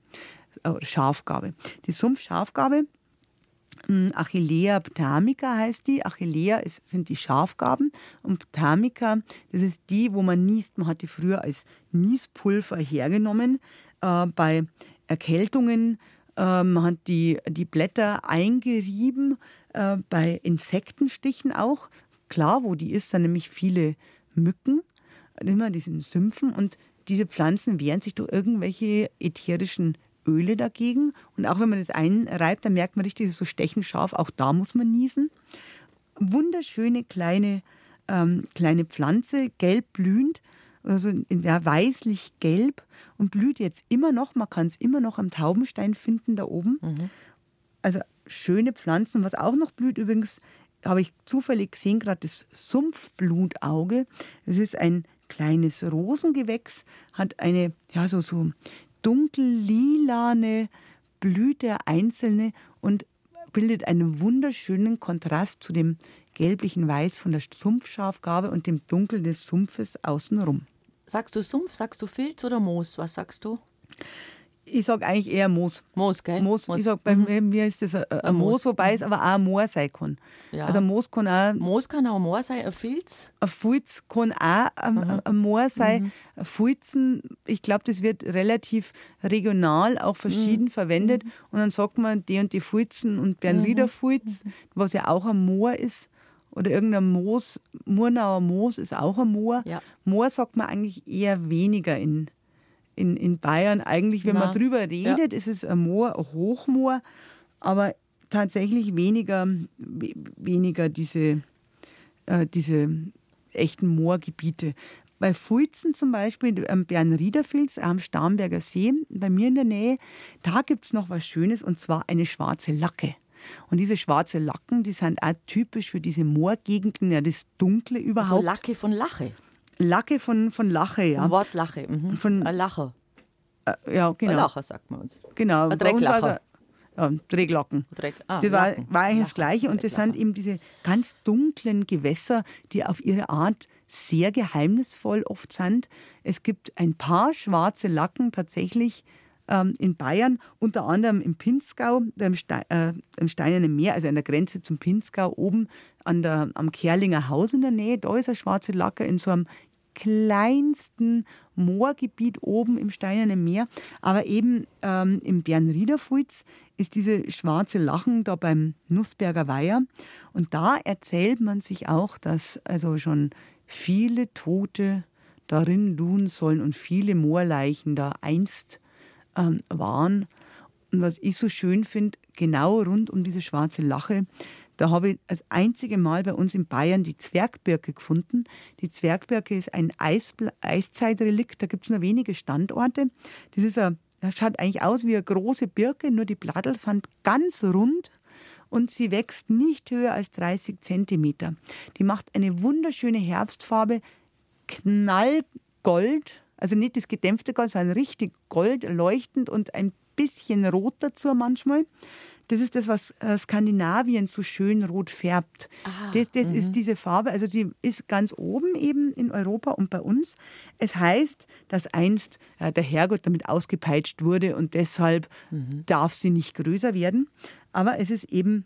Speaker 3: Die Sumpfschafgabe, Achillea ptamica heißt die. Achillea sind die Schafgaben und Ptamica, das ist die, wo man niest. Man hat die früher als Niespulver hergenommen bei Erkältungen. Man hat die Blätter eingerieben, bei Insektenstichen auch. Klar, wo die ist, sind nämlich viele Mücken, immer diesen Sümpfen. Und diese Pflanzen wehren sich durch irgendwelche ätherischen Öle dagegen. Und auch wenn man das einreibt, dann merkt man richtig, es ist so stechend scharf. Auch da muss man niesen. Wunderschöne kleine Pflanze, gelb blühend, also in der weißlich-gelb und blüht jetzt immer noch. Man kann es immer noch am Taubenstein finden da oben. Also schöne Pflanzen. Was auch noch blüht übrigens, habe ich zufällig gesehen, gerade das Sumpfblutauge. Es ist ein kleines Rosengewächs, hat eine so dunkel-lilane Blüte, einzelne, und bildet einen wunderschönen Kontrast zu dem gelblichen Weiß von der Sumpfschafgabe und dem Dunkel des Sumpfes außenrum.
Speaker 2: Sagst du Sumpf, sagst du Filz oder Moos? Was sagst du?
Speaker 3: Ich sage eigentlich eher Moos.
Speaker 2: Moos, gell?
Speaker 3: Moos. Ich sage, bei mir ist das ein Moos, wobei es aber auch ein Moor sein kann.
Speaker 2: Ja.
Speaker 3: Also Moos kann auch
Speaker 2: ein Moor sein, ein Filz?
Speaker 3: Ein Filz kann auch ein Moor sein. Filzen, ich glaube, das wird relativ regional auch verschieden verwendet. Und dann sagt man, die und die Filzen und Bernrieder Filz, was ja auch ein Moor ist. Oder irgendein Moos, Murnauer Moos ist auch ein Moor.
Speaker 2: Ja.
Speaker 3: Moor sagt man eigentlich eher weniger in Bayern. Eigentlich, wenn man drüber redet, ist es ein Moor, ein Hochmoor, aber tatsächlich weniger diese echten Moorgebiete. Bei Filzen zum Beispiel, am Bernrieder Filz am Starnberger See, bei mir in der Nähe, da gibt es noch was Schönes, und zwar eine schwarze Lacke. Und diese schwarze Lacken, die sind auch typisch für diese Moorgegenden, ja, das Dunkle überhaupt.
Speaker 2: Also Lacke von Lache.
Speaker 3: Lacke von Lache, ja.
Speaker 2: Ein Wort Lache. Ein Lacher.
Speaker 3: Ja, genau.
Speaker 2: Ein Lacher, sagt man uns.
Speaker 3: Genau.
Speaker 2: Ein Drecklacher.
Speaker 3: Drecklacken.
Speaker 2: Das
Speaker 3: war eigentlich das Gleiche. Und das sind eben diese ganz dunklen Gewässer, die auf ihre Art sehr geheimnisvoll oft sind. Es gibt ein paar schwarze Lacken tatsächlich in Bayern, unter anderem im Pinzgau, im Steinernen Meer, also an der Grenze zum Pinzgau, oben am Kerlinger Haus in der Nähe. Da ist eine schwarze Lacke in so einem kleinsten Moorgebiet oben im Steinernen Meer. Aber eben im Bernriedervogts ist diese schwarze Lachen da beim Nussberger Weiher. Und da erzählt man sich auch, dass also schon viele Tote darin ruhen sollen und viele Moorleichen da einst waren. Und was ich so schön finde, genau rund um diese schwarze Lache, da habe ich das einzige Mal bei uns in Bayern die Zwergbirke gefunden. Die Zwergbirke ist ein Eiszeitrelikt, da gibt es nur wenige Standorte. Das schaut eigentlich aus wie eine große Birke, nur die Blattel sind ganz rund und sie wächst nicht höher als 30 Zentimeter. Die macht eine wunderschöne Herbstfarbe, knallgold, also nicht das gedämpfte Gold, sondern richtig gold, leuchtend und ein bisschen rot dazu manchmal. Das ist das, was Skandinavien so schön rot färbt. Das ist diese Farbe, also die ist ganz oben eben in Europa und bei uns. Es heißt, dass einst der Herrgott damit ausgepeitscht wurde und deshalb darf sie nicht größer werden. Aber es ist eben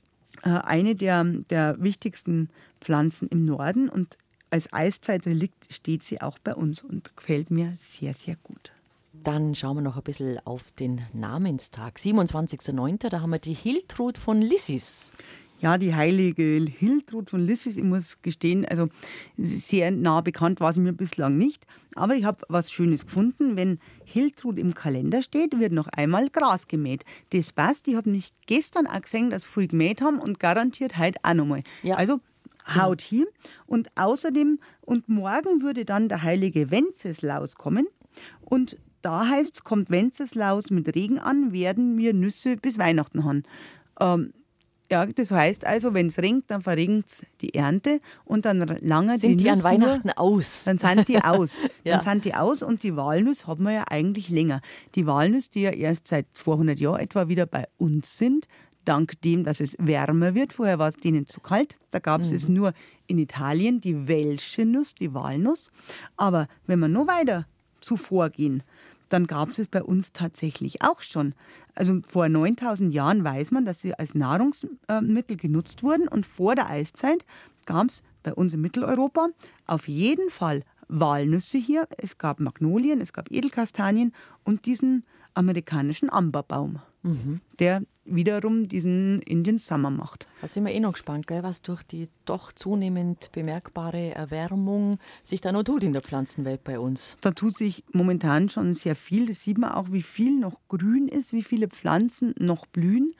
Speaker 3: eine der wichtigsten Pflanzen im Norden und als Eiszeitrelikt steht sie auch bei uns und gefällt mir sehr, sehr gut.
Speaker 2: Dann schauen wir noch ein bisschen auf den Namenstag. 27.09., da haben wir die Hiltrud von Lissis.
Speaker 3: Ja, die heilige Hiltrud von Lissis, ich muss gestehen, also sehr nah bekannt war sie mir bislang nicht. Aber ich habe was Schönes gefunden. Wenn Hiltrud im Kalender steht, wird noch einmal Gras gemäht. Das passt. Ich habe mich gestern auch gesehen, dass viele gemäht haben und garantiert heute auch nochmal.
Speaker 2: Ja.
Speaker 3: Also haut hin. Und außerdem, und morgen würde dann der heilige Wenceslaus kommen. Und da heißt es, kommt Wenceslaus mit Regen an, werden wir Nüsse bis Weihnachten haben. Ja, das heißt also, wenn es regnet, dann verregnet es die Ernte und dann lange
Speaker 2: sind die an Weihnachten aus.
Speaker 3: Dann sind die aus.
Speaker 2: Ja.
Speaker 3: Dann sind die aus und die Walnuss haben wir ja eigentlich länger. Die Walnuss, die ja erst seit 200 Jahren etwa wieder bei uns sind, dank dem, dass es wärmer wird. Vorher war es denen zu kalt. Da gab es es nur in Italien, die welsche Nuss, die Walnuss. Aber wenn wir noch weiter zuvor gehen, dann gab es bei uns tatsächlich auch schon. Also vor 9000 Jahren weiß man, dass sie als Nahrungsmittel genutzt wurden. Und vor der Eiszeit gab es bei uns in Mitteleuropa auf jeden Fall Walnüsse hier. Es gab Magnolien, es gab Edelkastanien und diesen amerikanischen Amberbaum, der wiederum diesen Indian Summer macht.
Speaker 2: Da sind wir noch gespannt, gell, was durch die doch zunehmend bemerkbare Erwärmung sich da noch tut in der Pflanzenwelt bei uns.
Speaker 3: Da tut sich momentan schon sehr viel. Das sieht man auch, wie viel noch grün ist, wie viele Pflanzen noch blühen.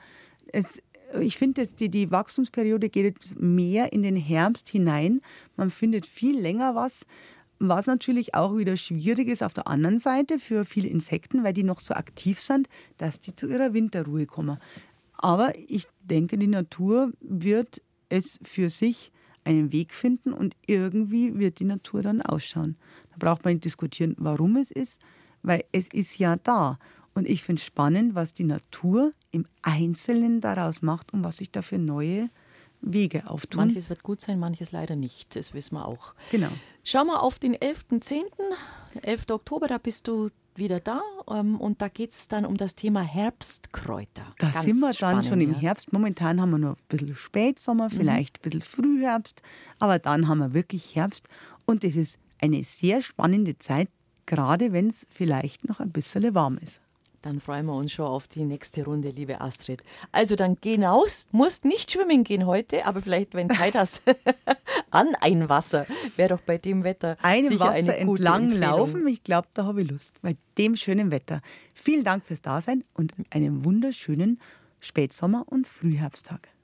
Speaker 3: Ich finde, die Wachstumsperiode geht jetzt mehr in den Herbst hinein. Man findet viel länger was. Was natürlich auch wieder schwierig ist auf der anderen Seite für viele Insekten, weil die noch so aktiv sind, dass die zu ihrer Winterruhe kommen. Aber ich denke, die Natur wird es für sich einen Weg finden und irgendwie wird die Natur dann ausschauen. Da braucht man nicht diskutieren, warum es ist, weil es ist ja da. Und ich finde es spannend, was die Natur im Einzelnen daraus macht und was sich da für neue Wege auftun.
Speaker 2: Manches wird gut sein, manches leider nicht. Das wissen wir auch.
Speaker 3: Genau.
Speaker 2: Schauen wir auf den 11.10., 11. Oktober, da bist du wieder da. Und da geht es dann um das Thema Herbstkräuter.
Speaker 3: Da
Speaker 2: Ganz
Speaker 3: sind wir dann
Speaker 2: spannend,
Speaker 3: schon im
Speaker 2: ja.
Speaker 3: Herbst. Momentan haben wir noch ein bisschen Spätsommer, vielleicht ein bisschen Frühherbst. Aber dann haben wir wirklich Herbst. Und es ist eine sehr spannende Zeit, gerade wenn es vielleicht noch ein bisschen warm ist.
Speaker 2: Dann freuen wir uns schon auf die nächste Runde, liebe Astrid. Also dann geh raus, musst nicht schwimmen gehen heute, aber vielleicht, wenn du Zeit hast, an ein Wasser. Wäre doch bei dem Wetter
Speaker 3: Einem
Speaker 2: sicher
Speaker 3: Wasser
Speaker 2: eine gute
Speaker 3: entlang
Speaker 2: Empfehlung.
Speaker 3: laufen, ich glaube, da habe ich Lust. Bei dem schönen Wetter. Vielen Dank fürs Dasein und einen wunderschönen Spätsommer- und Frühherbsttag.